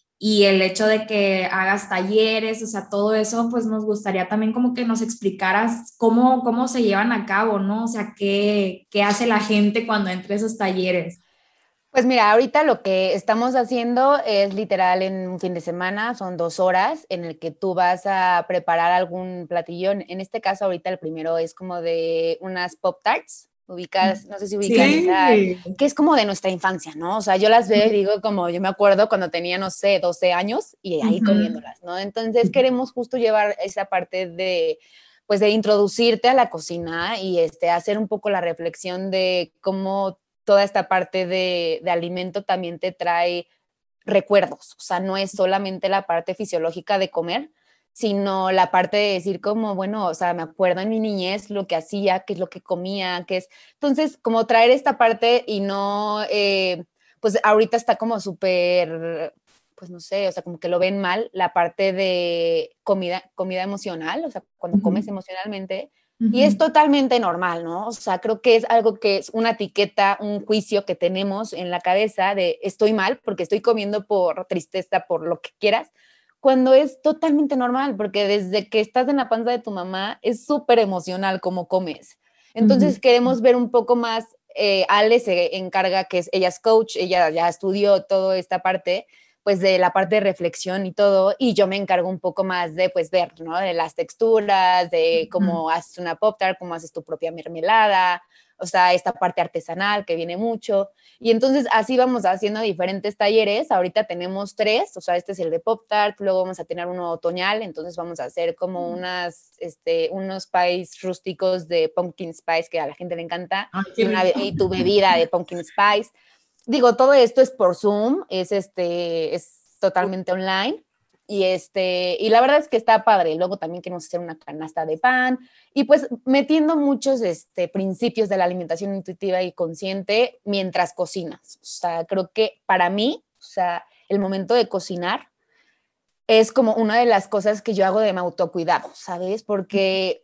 Y el hecho de que hagas talleres, o sea, todo eso, pues nos gustaría también como que nos explicaras cómo, cómo se llevan a cabo, ¿no? O sea, qué, qué hace la gente cuando entra a esos talleres. Pues mira, ahorita lo que estamos haciendo es literal en un fin de semana, son dos horas en el que tú vas a preparar algún platillo. En este caso, ahorita el primero es como de unas Pop Tarts. Ubicas, no sé si ubican Sí. esa, que es como de nuestra infancia, ¿no? O sea, yo las veo y digo como, yo me acuerdo cuando tenía, no sé, doce años y ahí Uh-huh. comiéndolas, ¿no? Entonces queremos justo llevar esa parte de, pues de introducirte a la cocina y este, hacer un poco la reflexión de cómo toda esta parte de, de alimento también te trae recuerdos, o sea, no es solamente la parte fisiológica de comer, sino la parte de decir como, bueno, o sea, me acuerdo en mi niñez lo que hacía, qué es lo que comía, qué es, entonces, como traer esta parte y no, eh, pues ahorita está como súper, pues no sé, o sea, como que lo ven mal, la parte de comida, comida emocional, o sea, cuando Uh-huh. comes emocionalmente, Uh-huh. y es totalmente normal, ¿no? O sea, creo que es algo que es una etiqueta, un juicio que tenemos en la cabeza de estoy mal porque estoy comiendo por tristeza, por lo que quieras, cuando es totalmente normal, porque desde que estás en la panza de tu mamá es súper emocional cómo comes. Entonces Uh-huh. queremos ver un poco más, eh, Ale se encarga, que es, ella es coach, ella ya estudió toda esta parte, pues de la parte de reflexión y todo, y yo me encargo un poco más de pues ver, ¿no? De las texturas, de cómo haces una pop-tart, cómo haces tu propia mermelada, o sea, esta parte artesanal que viene mucho, y entonces así vamos haciendo diferentes talleres, ahorita tenemos tres, o sea, este es el de pop-tart, luego vamos a tener uno otoñal, entonces vamos a hacer como unas, este, unos pies rústicos de pumpkin spice que a la gente le encanta, Ay, y, qué una, rico. y tu bebida de pumpkin spice. Digo, todo esto es por Zoom, es, este, es totalmente online y, este, y la verdad es que está padre. Luego también queremos hacer una canasta de pan y pues metiendo muchos este, principios de la alimentación intuitiva y consciente mientras cocinas. O sea, creo que para mí, o sea, el momento de cocinar es como una de las cosas que yo hago de mi autocuidado, ¿sabes? Porque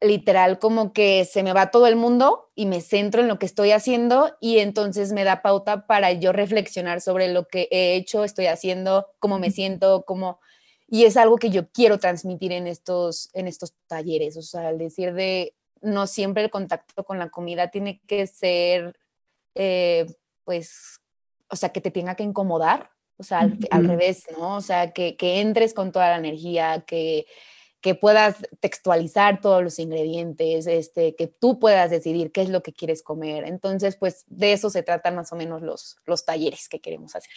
literal como que se me va todo el mundo y me centro en lo que estoy haciendo y entonces me da pauta para yo reflexionar sobre lo que he hecho, estoy haciendo, cómo me siento, cómo... Y es algo que yo quiero transmitir en estos, en estos talleres, o sea, al decir de no siempre el contacto con la comida tiene que ser, eh, pues, o sea, que te tenga que incomodar, o sea, al, al revés, ¿no? O sea, que, que entres con toda la energía, que que puedas textualizar todos los ingredientes, este, que tú puedas decidir qué es lo que quieres comer. Entonces, pues de eso se tratan más o menos los, los talleres que queremos hacer.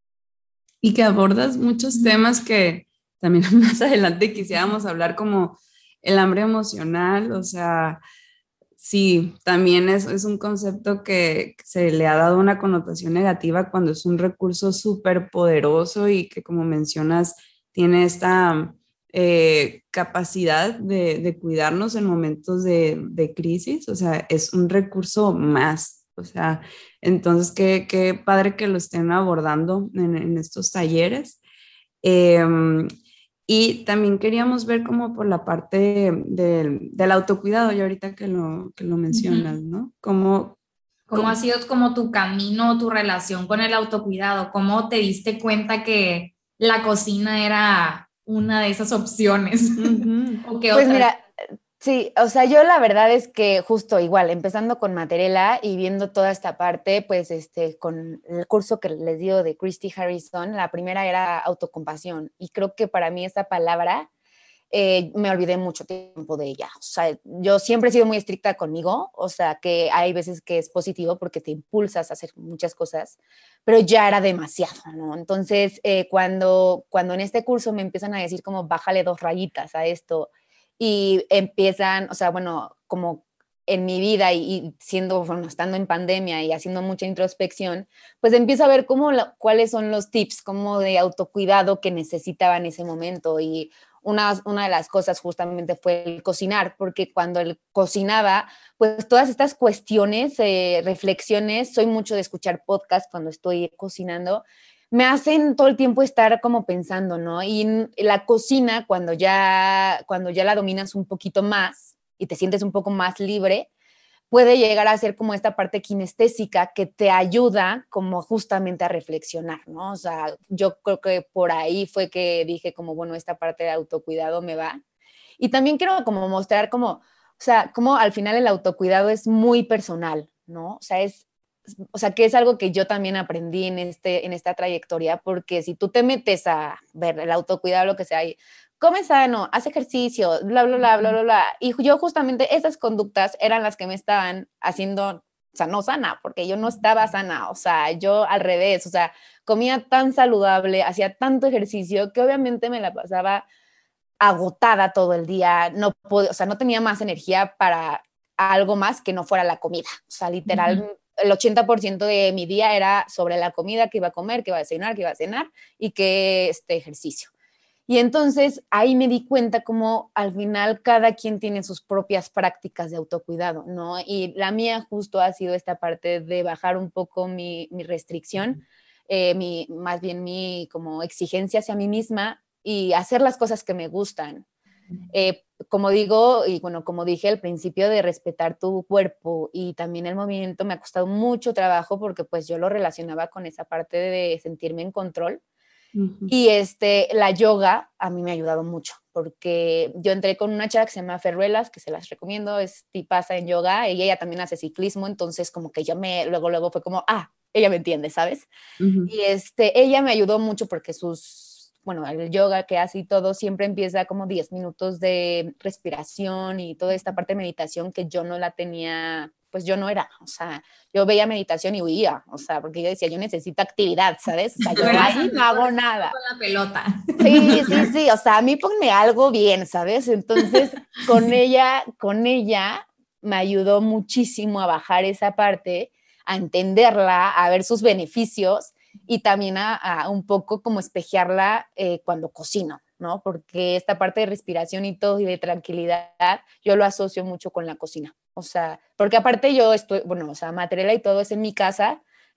Y que abordas muchos temas que también más adelante quisiéramos hablar, como el hambre emocional, o sea, sí, también es, es un concepto que se le ha dado una connotación negativa cuando es un recurso súper poderoso y que, como mencionas, tiene esta eh, capacidad de, de cuidarnos en momentos de, de crisis, o sea, es un recurso más, o sea, entonces qué, qué padre que lo estén abordando en, en estos talleres. Eh, y también queríamos ver como por la parte del, del autocuidado, y ahorita que lo, que lo mencionas, ¿no? Como, ¿Cómo ha sido como tu camino, tu relación con el autocuidado? ¿Cómo te diste cuenta que la cocina era una de esas opciones? uh-huh. ¿O qué Pues otras? mira, sí, o sea, yo la verdad es que justo igual, empezando con Materela y viendo toda esta parte, pues este, con el curso que les digo de Christy Harrison, la primera era autocompasión y creo que para mí esa palabra eh, me olvidé mucho tiempo de ella. O sea, yo siempre he sido muy estricta conmigo, o sea, que hay veces que es positivo porque te impulsas a hacer muchas cosas, pero ya era demasiado, ¿no? Entonces, eh, cuando, cuando en este curso me empiezan a decir como bájale dos rayitas a esto y empiezan, o sea, bueno, como en mi vida y, y siendo, bueno, estando en pandemia y haciendo mucha introspección, pues empiezo a ver cómo la, cuáles son los tips como de autocuidado que necesitaba en ese momento y una, una de las cosas justamente fue el cocinar, porque cuando él cocinaba, pues todas estas cuestiones, eh, reflexiones, soy mucho de escuchar podcast cuando estoy cocinando, me hacen todo el tiempo estar como pensando, ¿no? Y la cocina, cuando ya, cuando ya la dominas un poquito más y te sientes un poco más libre, puede llegar a ser como esta parte kinestésica que te ayuda como justamente a reflexionar, ¿no? O sea, yo creo que por ahí fue que dije como, bueno, esta parte de autocuidado me va. Y también quiero como mostrar como, o sea, como al final el autocuidado es muy personal, ¿no? O sea, es, o sea, que es algo que yo también aprendí en, este, en esta trayectoria, porque si tú te metes a ver el autocuidado, lo que sea, y come sano, haz ejercicio, bla, bla, bla, bla, bla, bla. Y yo justamente esas conductas eran las que me estaban haciendo, o sea, no sana, porque yo no estaba sana, o sea, yo al revés, o sea, comía tan saludable, hacía tanto ejercicio que obviamente me la pasaba agotada todo el día, no podía, o sea, no tenía más energía para algo más que no fuera la comida, o sea, literal, uh-huh. El ochenta por ciento de mi día era sobre la comida que iba a comer, que iba a desayunar, que iba a cenar y que este ejercicio. Y entonces ahí me di cuenta como al final cada quien tiene sus propias prácticas de autocuidado, ¿no? Y la mía justo ha sido esta parte de bajar un poco mi, mi restricción, eh, mi, más bien mi como exigencia hacia mí misma y hacer las cosas que me gustan. Eh, como digo, y bueno, como dije al principio, de respetar tu cuerpo y también el movimiento me ha costado mucho trabajo porque pues yo lo relacionaba con esa parte de sentirme en control. Uh-huh. Y este, la yoga a mí me ha ayudado mucho porque yo entré con una chava que se llama Ferruelas, que se las recomiendo, es tipaza en yoga y ella también hace ciclismo, entonces como que yo me, luego, luego fue como, ah, ella me entiende, ¿sabes? Uh-huh. Y este, ella me ayudó mucho porque sus, bueno, el yoga que hace y todo siempre empieza como diez minutos de respiración y toda esta parte de meditación que yo no la tenía, pues yo no era, o sea, yo veía meditación y huía, o sea, porque yo decía, yo necesito actividad, ¿sabes? O sea, yo ahí no hago nada. Con la pelota. Sí, sí, sí, o sea, a mí ponme algo bien, ¿sabes? Entonces, con ella, con ella me ayudó muchísimo a bajar esa parte, a entenderla, a ver sus beneficios y también a, a un poco como espejearla eh, cuando cocino, ¿no? Porque esta parte de respiración y todo y de tranquilidad, yo lo asocio mucho con la cocina. O sea, porque aparte yo estoy, bueno, o sea, Materela y todo es en mi casa,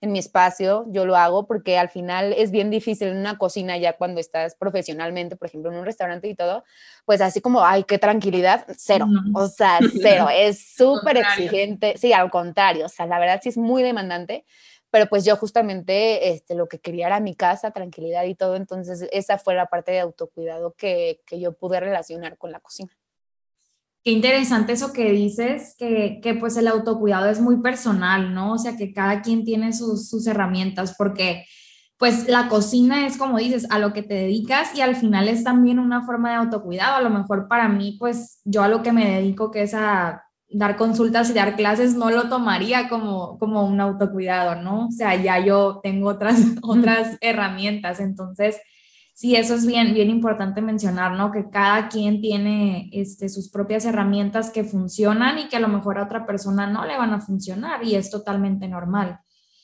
en mi espacio, yo lo hago porque al final es bien difícil en una cocina ya cuando estás profesionalmente, por ejemplo, en un restaurante y todo, pues así como, ay, qué tranquilidad, cero, No. o sea, cero, es súper exigente, sí, al contrario, o sea, la verdad sí es muy demandante, pero pues yo justamente este, lo que quería era mi casa, tranquilidad y todo, entonces esa fue la parte de autocuidado que, que yo pude relacionar con la cocina. Qué interesante eso que dices, que, que pues el autocuidado es muy personal, ¿no? O sea, que cada quien tiene sus, sus herramientas, porque pues la cocina es como dices, a lo que te dedicas y al final es también una forma de autocuidado. A lo mejor para mí, pues yo a lo que me dedico, que es a dar consultas y dar clases, no lo tomaría como, como un autocuidado, ¿no? O sea, ya yo tengo otras, otras herramientas, entonces sí, eso es bien, bien importante mencionar, ¿no? Que cada quien tiene este, sus propias herramientas que funcionan y que a lo mejor a otra persona no le van a funcionar y es totalmente normal.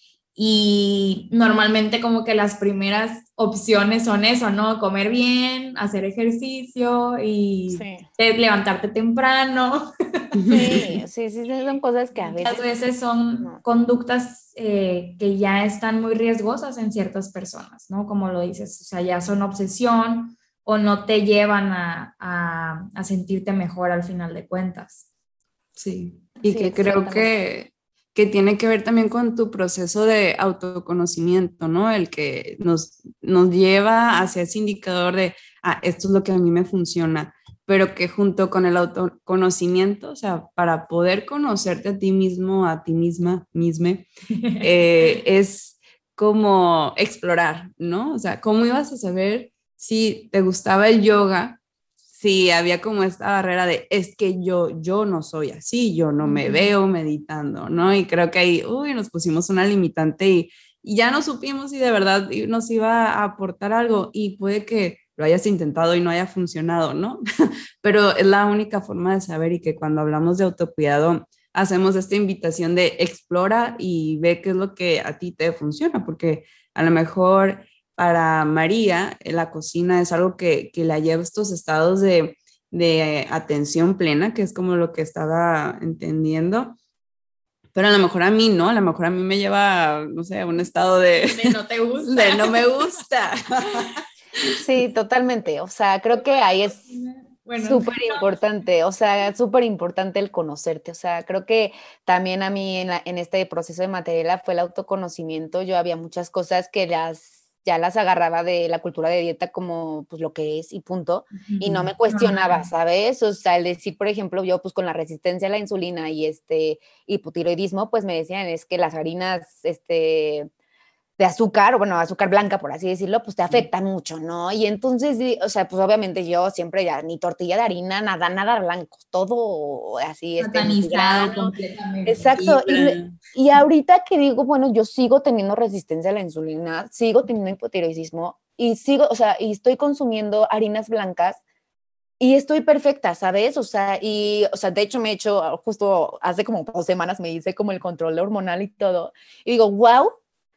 Y normalmente como que las primeras opciones son eso, ¿no? Comer bien, hacer ejercicio y Sí. levantarte temprano. Sí, sí, sí, son cosas que a Muchas veces veces son no. conductas eh, que ya están muy riesgosas en ciertas personas, ¿no? Como lo dices, o sea, ya son obsesión o no te llevan a, a, a sentirte mejor al final de cuentas. Sí, y Sí, que creo exactamente. que, que tiene que ver también con tu proceso de autoconocimiento, ¿no? El que nos, nos lleva hacia ese indicador de, ah, esto es lo que a mí me funciona, pero que junto con el autoconocimiento, o sea, para poder conocerte a ti mismo, a ti misma, misme, eh, es como explorar, ¿no? O sea, ¿cómo ibas a saber si te gustaba el yoga? Si había como esta barrera de, es que yo, yo no soy así, yo no me veo meditando, ¿no? Y creo que ahí, uy, nos pusimos una limitante y, y ya no supimos si de verdad nos iba a aportar algo y puede que lo hayas intentado y no haya funcionado, ¿no? Pero es la única forma de saber y que cuando hablamos de autocuidado, hacemos esta invitación de explora y ve qué es lo que a ti te funciona, porque a lo mejor para María la cocina es algo que, que la lleva a estos estados de, de atención plena, que es como lo que estaba entendiendo. Pero a lo mejor a mí no, a lo mejor a mí me lleva, no sé, a un estado de, De no te gusta. de no me gusta. Sí, totalmente. O sea, creo que ahí es Bueno, súper importante, o sea, súper importante el conocerte. O sea, creo que también a mí en, la, en este proceso de Materiela fue el autoconocimiento. Yo había muchas cosas que las ya las agarraba de la cultura de dieta como pues lo que es y punto, y no me cuestionaba, ¿sabes? O sea, el decir, por ejemplo, yo pues con la resistencia a la insulina y este hipotiroidismo, pues me decían es que las harinas, este de azúcar, o bueno, azúcar blanca, por así decirlo, pues te afecta mucho, ¿no? Y entonces, o sea, pues obviamente yo siempre ya, ni tortilla de harina, nada, nada blanco, todo así, este, satanizado multigrano. completamente. Exacto, y, me, Fibra. y ahorita que digo, bueno, yo sigo teniendo resistencia a la insulina, sigo teniendo hipotiroidismo, y sigo, o sea, y estoy consumiendo harinas blancas, y estoy perfecta, ¿sabes? O sea, y, o sea, de hecho me he hecho, justo hace como dos semanas me hice como el control hormonal y todo, y digo, wow,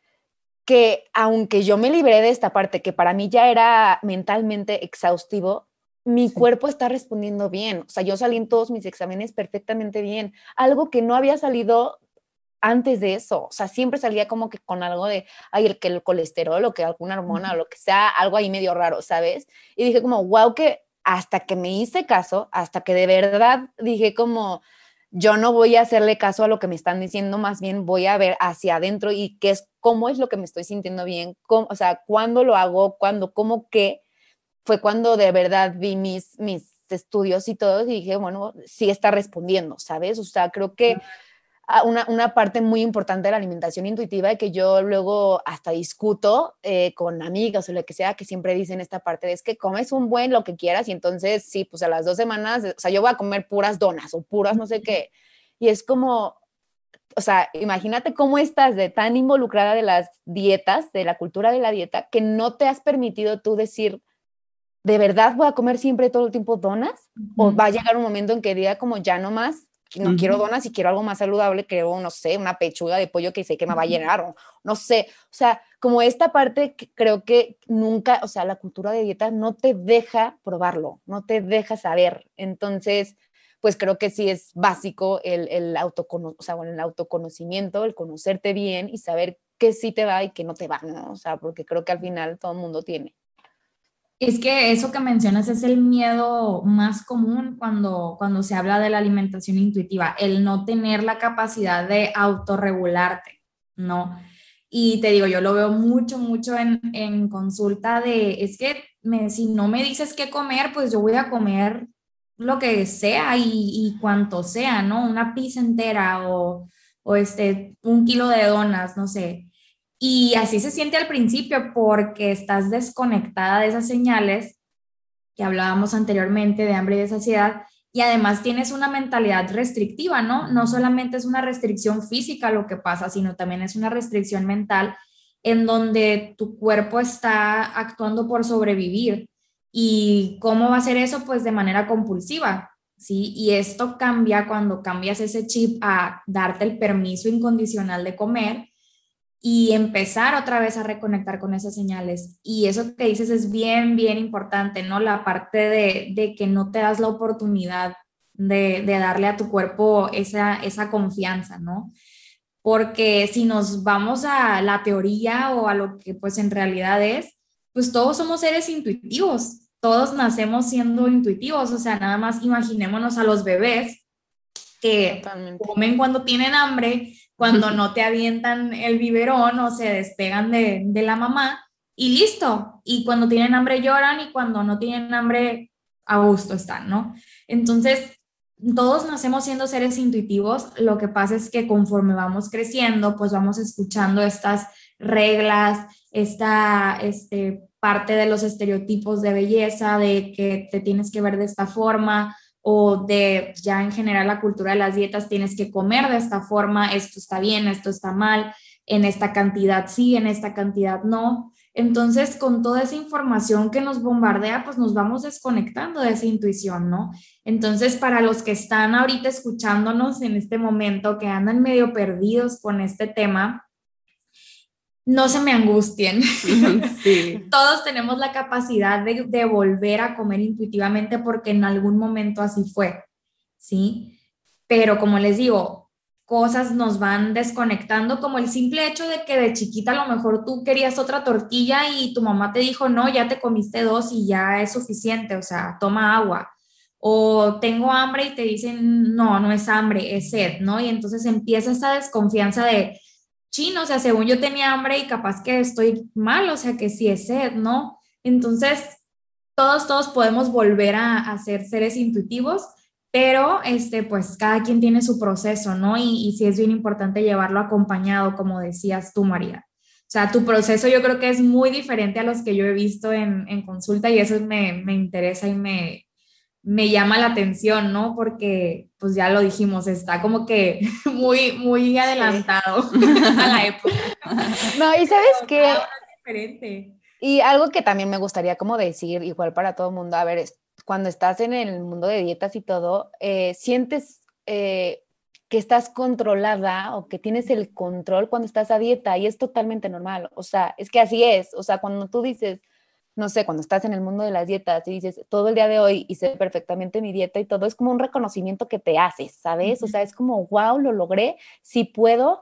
que aunque yo me libré de esta parte que para mí ya era mentalmente exhaustivo, mi Sí. cuerpo está respondiendo bien. O sea, yo salí en todos mis exámenes perfectamente bien. Algo que no había salido antes de eso. O sea, siempre salía como que con algo de, ay, el que el colesterol o que alguna hormona o lo que sea, algo ahí medio raro, ¿sabes? Y dije como, wow, que hasta que me hice caso, hasta que de verdad dije como, yo no voy a hacerle caso a lo que me están diciendo, más bien voy a ver hacia adentro y qué es, cómo es lo que me estoy sintiendo bien, cómo, o sea, cuándo lo hago, cuándo, cómo, qué, fue cuando de verdad vi mis, mis estudios y todo y dije, bueno, sí está respondiendo, ¿sabes? O sea, creo que una, una parte muy importante de la alimentación intuitiva y que yo luego hasta discuto eh, con amigas o lo que sea, que siempre dicen esta parte de es que comes un buen lo que quieras y entonces sí, pues a las dos semanas, o sea, yo voy a comer puras donas o puras no sé qué. Y es como, o sea, imagínate cómo estás de tan involucrada de las dietas, de la cultura de la dieta, que no te has permitido tú decir, ¿de verdad voy a comer siempre todo el tiempo donas? ¿O Uh-huh. va a llegar un momento en que diga como ya no más, no uh-huh. quiero donas y quiero algo más saludable, quiero, no sé, una pechuga de pollo que sé que me va a llenar o no sé, o sea, como esta parte que creo que nunca, o sea, la cultura de dieta no te deja probarlo, no te deja saber, entonces, pues creo que sí es básico el, el, autocono- o sea, bueno, el autoconocimiento, el conocerte bien y saber qué sí te va y qué no te va, ¿no? O sea, porque creo que al final todo el mundo tiene. Es que eso que mencionas es el miedo más común cuando, cuando se habla de la alimentación intuitiva, el no tener la capacidad de autorregularte, ¿no? Y te digo, yo lo veo mucho, mucho en, en consulta de, es que me, si no me dices qué comer, pues yo voy a comer lo que sea y, y cuanto sea, ¿no? Una pizza entera o, o este, un kilo de donas, no sé. Y así se siente al principio porque estás desconectada de esas señales que hablábamos anteriormente de hambre y de saciedad y además tienes una mentalidad restrictiva, ¿no? No solamente es una restricción física lo que pasa, sino también es una restricción mental en donde tu cuerpo está actuando por sobrevivir. ¿Y cómo va a ser eso? Pues de manera compulsiva, ¿sí? Y esto cambia cuando cambias ese chip a darte el permiso incondicional de comer y empezar otra vez a reconectar con esas señales. Y eso que dices es bien, bien importante, ¿no? La parte de, de que no te das la oportunidad de, de darle a tu cuerpo esa, esa confianza, ¿no? Porque si nos vamos a la teoría o a lo que pues en realidad es, pues todos somos seres intuitivos, todos nacemos siendo intuitivos, o sea, nada más imaginémonos a los bebés que Totalmente. comen cuando tienen hambre, cuando no te avientan el biberón o se despegan de, de la mamá y listo. Y cuando tienen hambre lloran y cuando no tienen hambre a gusto están, ¿no? Entonces, todos nacemos siendo seres intuitivos. Lo que pasa es que conforme vamos creciendo, pues vamos escuchando estas reglas, esta este, parte de los estereotipos de belleza, de que te tienes que ver de esta forma, o de ya en general la cultura de las dietas, tienes que comer de esta forma, esto está bien, esto está mal, en esta cantidad sí, en esta cantidad no. Entonces, con toda esa información que nos bombardea, pues nos vamos desconectando de esa intuición, ¿no? Entonces, para los que están ahorita escuchándonos en este momento, que andan medio perdidos con este tema, no se me angustien. Sí. Todos tenemos la capacidad de, de volver a comer intuitivamente porque en algún momento así fue, ¿sí? Pero como les digo, cosas nos van desconectando, como el simple hecho de que de chiquita a lo mejor tú querías otra tortilla y tu mamá te dijo, no, ya te comiste dos y ya es suficiente, o sea, toma agua. O tengo hambre y te dicen, no, no es hambre, es sed, ¿no? Y entonces empieza esa desconfianza de, chino, o sea, según yo tenía hambre y capaz que estoy mal, o sea, que sí es sed, ¿no? Entonces, todos, todos podemos volver a, a ser seres intuitivos, pero este, pues cada quien tiene su proceso, ¿no? Y, y sí es bien importante llevarlo acompañado, como decías tú, María. O sea, tu proceso yo creo que es muy diferente a los que yo he visto en, en consulta y eso me, me interesa y me, me llama la atención, ¿no? Porque, pues ya lo dijimos, está como que muy, muy adelantado sí. a la época. No, y sabes que... Es diferente. Y algo que también me gustaría como decir, igual para todo el mundo, a ver, es, cuando estás en el mundo de dietas y todo, eh, sientes eh, que estás controlada o que tienes el control cuando estás a dieta y es totalmente normal. O sea, es que así es. O sea, cuando tú dices, no sé, cuando estás en el mundo de las dietas y dices, todo el día de hoy hice perfectamente mi dieta y todo, es como un reconocimiento que te haces, ¿sabes? Uh-huh. O sea, es como, wow, lo logré, sí puedo.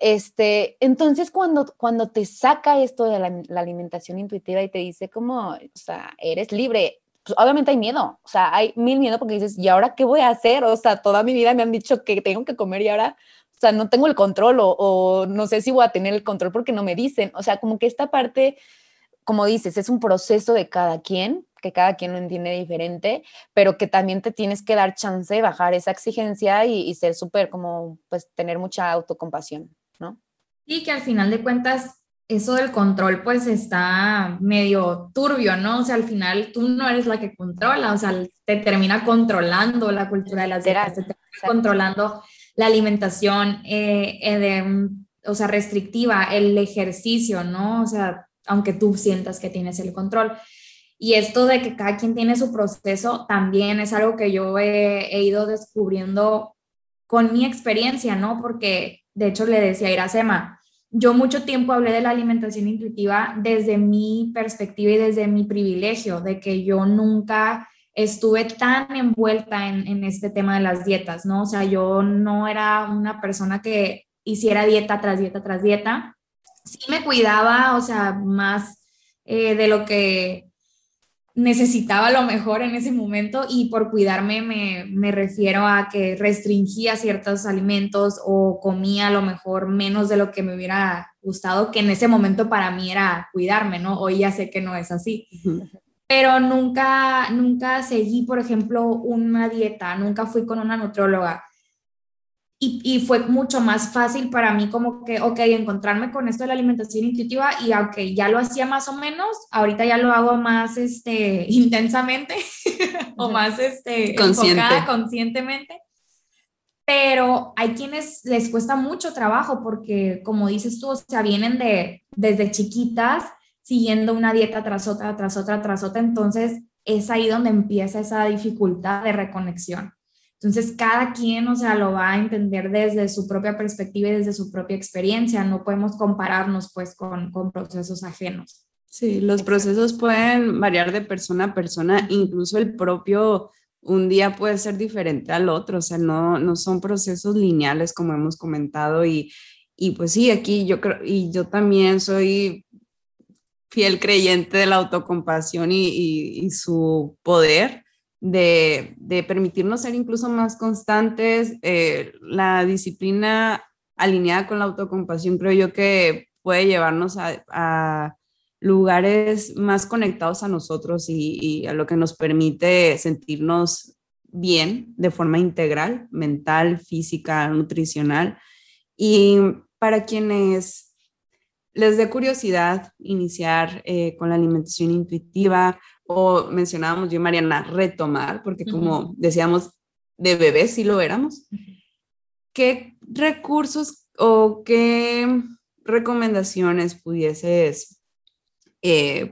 Este, entonces, cuando, cuando te saca esto de la, la alimentación intuitiva y te dice como, o sea, eres libre, pues obviamente hay miedo, o sea, hay mil miedo porque dices, ¿y ahora qué voy a hacer? O sea, toda mi vida me han dicho que tengo que comer y ahora, o sea, no tengo el control o, o no sé si voy a tener el control porque no me dicen. O sea, como que esta parte, como dices, es un proceso de cada quien, que cada quien lo entiende diferente, pero que también te tienes que dar chance de bajar esa exigencia y, y ser súper como, pues, tener mucha autocompasión, ¿no? Y que al final de cuentas, eso del control, pues, está medio turbio, ¿no? O sea, al final tú no eres la que controla, o sea, te termina controlando la cultura de las dietas, te termina Exacto. controlando la alimentación, eh, eh, de, o sea, restrictiva, el ejercicio, ¿no? O sea, aunque tú sientas que tienes el control. Y esto de que cada quien tiene su proceso también es algo que yo he, he ido descubriendo con mi experiencia, ¿no? Porque de hecho le decía a Iracema, yo mucho tiempo hablé de la alimentación intuitiva desde mi perspectiva y desde mi privilegio, de que yo nunca estuve tan envuelta en, en este tema de las dietas, ¿no? O sea, yo no era una persona que hiciera dieta tras dieta tras dieta, sí me cuidaba, o sea, más eh, de lo que necesitaba a lo mejor en ese momento, y por cuidarme me, me refiero a que restringía ciertos alimentos o comía a lo mejor menos de lo que me hubiera gustado, que en ese momento para mí era cuidarme, ¿no? Hoy ya sé que no es así. Ujú. Pero nunca, nunca seguí, por ejemplo, una dieta, nunca fui con una nutrióloga. Y, y fue mucho más fácil para mí como que, ok, encontrarme con esto de la alimentación intuitiva, y aunque ya lo hacía más o menos, ahorita ya lo hago más este, intensamente o más este, enfocada Consciente. conscientemente. Pero hay quienes les cuesta mucho trabajo porque, como dices tú, o sea, vienen de desde chiquitas siguiendo una dieta tras otra, tras otra, tras otra. Entonces es ahí donde empieza esa dificultad de reconexión. Entonces cada quien, o sea, lo va a entender desde su propia perspectiva y desde su propia experiencia. No podemos compararnos pues con, con procesos ajenos. Sí, los Exacto. procesos pueden variar de persona a persona, incluso el propio un día puede ser diferente al otro, o sea, no, no son procesos lineales como hemos comentado y, y pues sí, aquí yo creo, y yo también soy fiel creyente de la autocompasión y, y, y su poder de, de, permitirnos ser incluso más constantes. Eh, la disciplina alineada con la autocompasión creo yo que puede llevarnos a, a lugares más conectados a nosotros y, y a lo que nos permite sentirnos bien de forma integral, mental, física, nutricional. Y para quienes les dé curiosidad iniciar eh, con la alimentación intuitiva, o mencionábamos yo y Mariana, retomar, porque Uh -huh. como decíamos, de bebés sí lo éramos. Uh -huh. ¿Qué recursos o qué recomendaciones pudieses eh,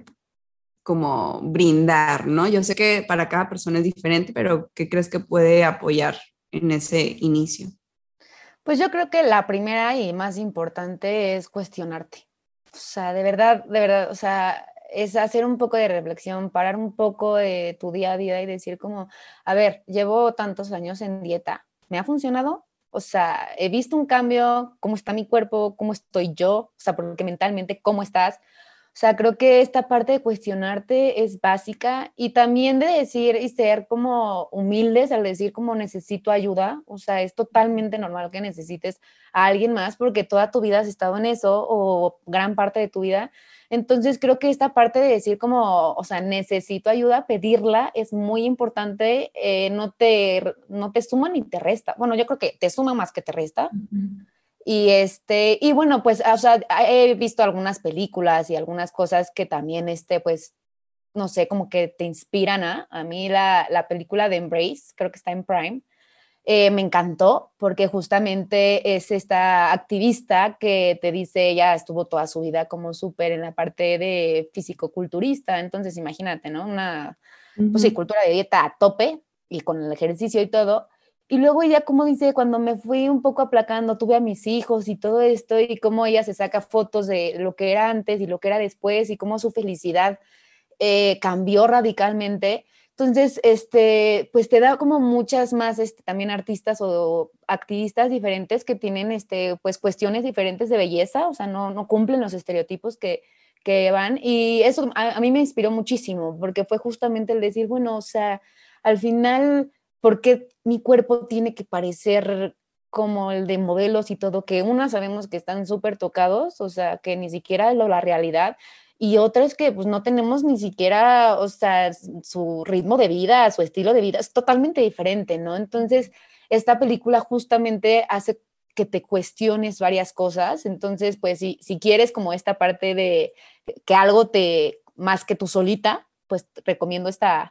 como brindar, ¿no? Yo sé que para cada persona es diferente, pero ¿qué crees que puede apoyar en ese inicio? Pues yo creo que la primera y más importante es cuestionarte. O sea, de verdad, de verdad, o sea, es hacer un poco de reflexión, parar un poco de tu día a día y decir como, a ver, llevo tantos años en dieta, ¿me ha funcionado? O sea, he visto un cambio, cómo está mi cuerpo, cómo estoy yo, o sea, porque mentalmente, ¿cómo estás? O sea, creo que esta parte de cuestionarte es básica, y también de decir y ser como humildes al decir como necesito ayuda. O sea, es totalmente normal que necesites a alguien más porque toda tu vida has estado en eso o gran parte de tu vida. Entonces creo que esta parte de decir como, o sea, necesito ayuda, pedirla es muy importante. Eh, no te, no te suma ni te resta. Bueno, yo creo que te suma más que te resta. Uh -huh. Y, este, y bueno, pues, o sea, he visto algunas películas y algunas cosas que también, este, pues, no sé, como que te inspiran a, a mí la, la película de Embrace, creo que está en Prime, eh, me encantó porque justamente es esta activista que te dice, ella estuvo toda su vida como súper en la parte de fisicoculturista, entonces imagínate, ¿no? Una, pues sí, Uh-huh. cultura de dieta a tope y con el ejercicio y todo. Y luego ella, como dice, cuando me fui un poco aplacando, tuve a mis hijos y todo esto, y cómo ella se saca fotos de lo que era antes y lo que era después, y cómo su felicidad eh, cambió radicalmente. Entonces, este, pues te da como muchas más este, también artistas o activistas diferentes que tienen este, pues cuestiones diferentes de belleza, o sea, no, no cumplen los estereotipos que, que van. Y eso a, a mí me inspiró muchísimo, porque fue justamente el decir, bueno, o sea, al final, ¿por qué mi cuerpo tiene que parecer como el de modelos y todo? Que unas sabemos que están súper tocados, o sea, que ni siquiera es lo, la realidad, y otras que pues no tenemos ni siquiera, o sea, su ritmo de vida, su estilo de vida es totalmente diferente, ¿no? Entonces, esta película justamente hace que te cuestiones varias cosas. Entonces, pues si, si quieres como esta parte de que algo te, más que tú solita, pues te recomiendo esta,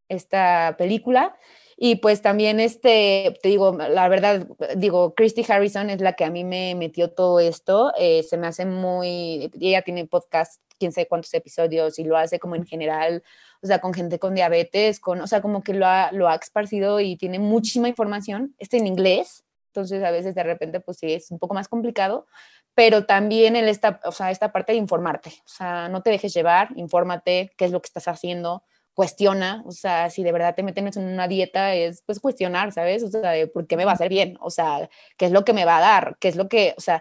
esta película. Y pues también, este, te digo, la verdad, digo, Christy Harrison es la que a mí me metió todo esto. Eh, se me hace muy, ella tiene podcast, quién sabe cuántos episodios, y lo hace como en general, o sea, con gente con diabetes, con, o sea, como que lo ha, lo ha esparcido y tiene muchísima información. Está en inglés, entonces a veces de repente pues sí es un poco más complicado, pero también el esta, o sea, esta parte de informarte, o sea, no te dejes llevar, infórmate qué es lo que estás haciendo, cuestiona, o sea, si de verdad te meten en una dieta, es pues cuestionar, ¿sabes? O sea, ¿por qué me va a hacer bien? O sea, ¿qué es lo que me va a dar? ¿Qué es lo que, o sea,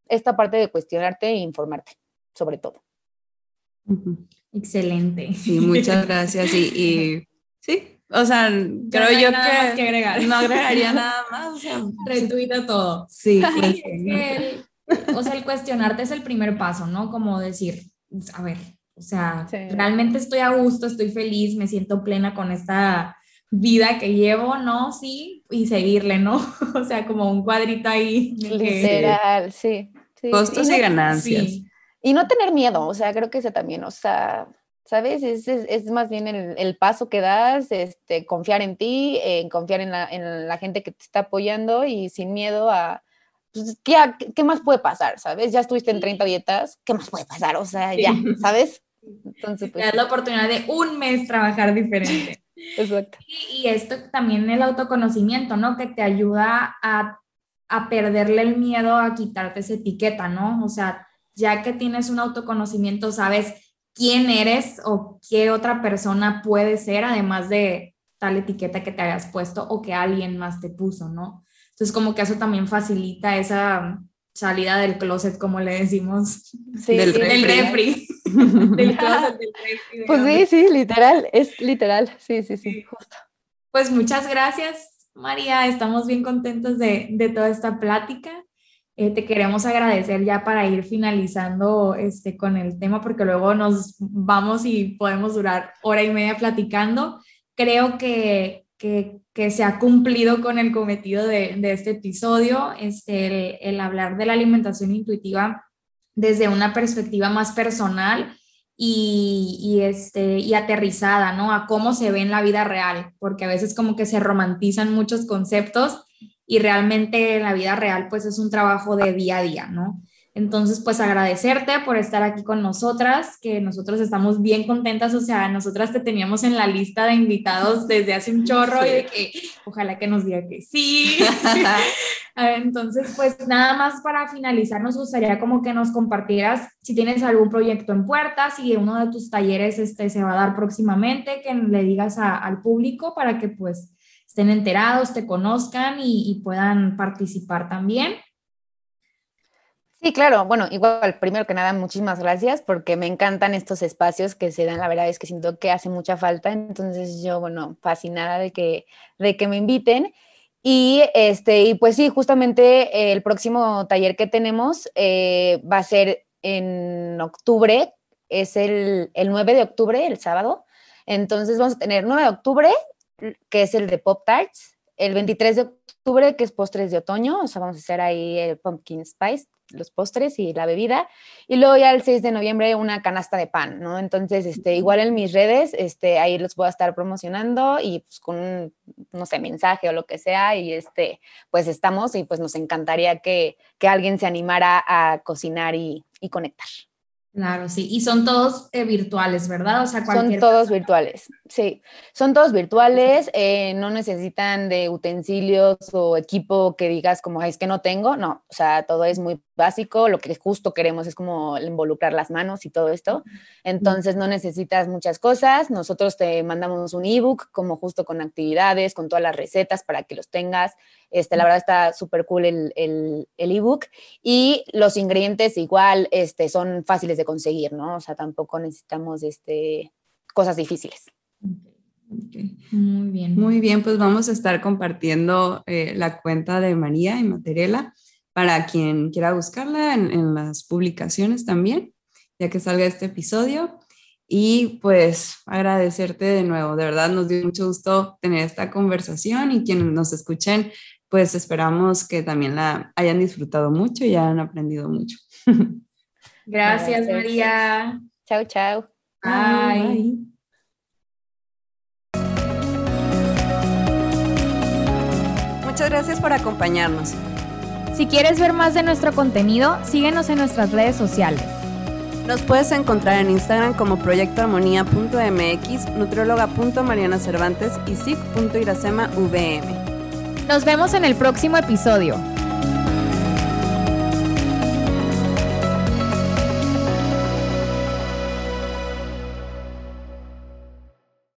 esta parte de cuestionarte e informarte, sobre todo. Uh-huh. Excelente. Sí, muchas gracias. Y, y sí, o sea, Ya creo no hay yo nada que, más que agregar. no agregaría nada más. O sea, retuita todo. Sí, Sí, pues, es que el, o sea, el cuestionarte es el primer paso, ¿no? Como decir, a ver, o sea, Sí. realmente estoy a gusto, estoy feliz, me siento plena con esta vida que llevo, ¿no? Sí, y seguirle, ¿no? O sea, como un cuadrito ahí. De que, Literal, sí. sí. Costos y, no, y ganancias. sí. y no tener miedo, o sea, creo que eso también, o sea, ¿sabes? Es, es, es más bien el, el paso que das, este, confiar en ti, en confiar en la, en la gente que te está apoyando y sin miedo a, pues, ¿qué, ¿qué más puede pasar, sabes? Ya estuviste en treinta dietas, ¿qué más puede pasar? O sea, Sí. ya, ¿sabes? Entonces, Te pues, das la oportunidad de un mes trabajar diferente. exacto. Y, y esto también el autoconocimiento, ¿no? Que te ayuda a, a perderle el miedo a quitarte esa etiqueta, ¿no? O sea, ya que tienes un autoconocimiento, sabes quién eres o qué otra persona puede ser, además de tal etiqueta que te hayas puesto o que alguien más te puso, ¿no? Entonces, como que eso también facilita esa salida del closet, como le decimos. Sí, Del Del refri. Del closet, del refri. de Pues donde- sí, sí, literal, es literal, sí, sí, sí, Sí. justo. Pues muchas gracias, María. Estamos bien contentos de, de toda esta plática. Eh, te queremos agradecer ya para ir finalizando este, con el tema, porque luego nos vamos y podemos durar hora y media platicando. Creo que, que, que se ha cumplido con el cometido de, de este episodio, este, el, el hablar de la alimentación intuitiva desde una perspectiva más personal y, y, este, y aterrizada, ¿no? A cómo se ve en la vida real, porque a veces como que se romantizan muchos conceptos y realmente en la vida real pues es un trabajo de día a día, ¿no? Entonces, pues agradecerte por estar aquí con nosotras, que nosotros estamos bien contentas, o sea, nosotras te teníamos en la lista de invitados desde hace un chorro sí. Y de que ojalá que nos diga que sí. Entonces, pues nada más para finalizar, nos gustaría como que nos compartieras si tienes algún proyecto en puerta, si uno de tus talleres este, se va a dar próximamente, que le digas a, al público para que pues estén enterados, te conozcan y, y puedan participar también. Sí, claro. Bueno, igual, primero que nada, muchísimas gracias porque me encantan estos espacios que se dan. La verdad es que siento que hace mucha falta. Entonces yo, bueno, fascinada de que, de que me inviten. Y, este, y pues sí, justamente el próximo taller que tenemos eh, va a ser en octubre. Es el, el nueve de octubre, el sábado. Entonces vamos a tener nueve de octubre, que es el de Pop Tarts. El veintitrés de octubre, que es postres de otoño. O sea, vamos a hacer ahí el Pumpkin Spice, los postres y la bebida, y luego ya el seis de noviembre una canasta de pan, ¿no? Entonces, este, igual en mis redes, este, ahí los voy a estar promocionando y pues con un, no sé, mensaje o lo que sea, y este, pues estamos y pues nos encantaría que, que alguien se animara a cocinar y, y conectar. Claro, sí, y son todos eh, virtuales, ¿verdad? O sea, Son cualquier todos persona. virtuales, sí, son todos virtuales, eh, no necesitan de utensilios o equipo que digas como, es que no tengo, no, o sea, todo es muy básico, lo que justo queremos es como involucrar las manos y todo esto, entonces no necesitas muchas cosas, nosotros te mandamos un ebook como justo con actividades, con todas las recetas para que los tengas, este, la verdad está súper cool el, el, el ebook, y los ingredientes igual este, son fáciles de conseguir, ¿no? O sea, tampoco necesitamos este, cosas difíciles. Okay. Muy bien. Muy bien, pues vamos a estar compartiendo eh, la cuenta de María y Materela para quien quiera buscarla en, en las publicaciones también, ya que salga este episodio. Y pues agradecerte de nuevo, de verdad nos dio mucho gusto tener esta conversación y quienes nos escuchen, pues esperamos que también la hayan disfrutado mucho y hayan aprendido mucho. Gracias, María. Chao, chao. Bye. Bye. Muchas gracias por acompañarnos. Si quieres ver más de nuestro contenido, síguenos en nuestras redes sociales. Nos puedes encontrar en Instagram como proyecto armonía punto m x, nutrióloga punto mariana cervantes y sic punto iracema v m. Nos vemos en el próximo episodio.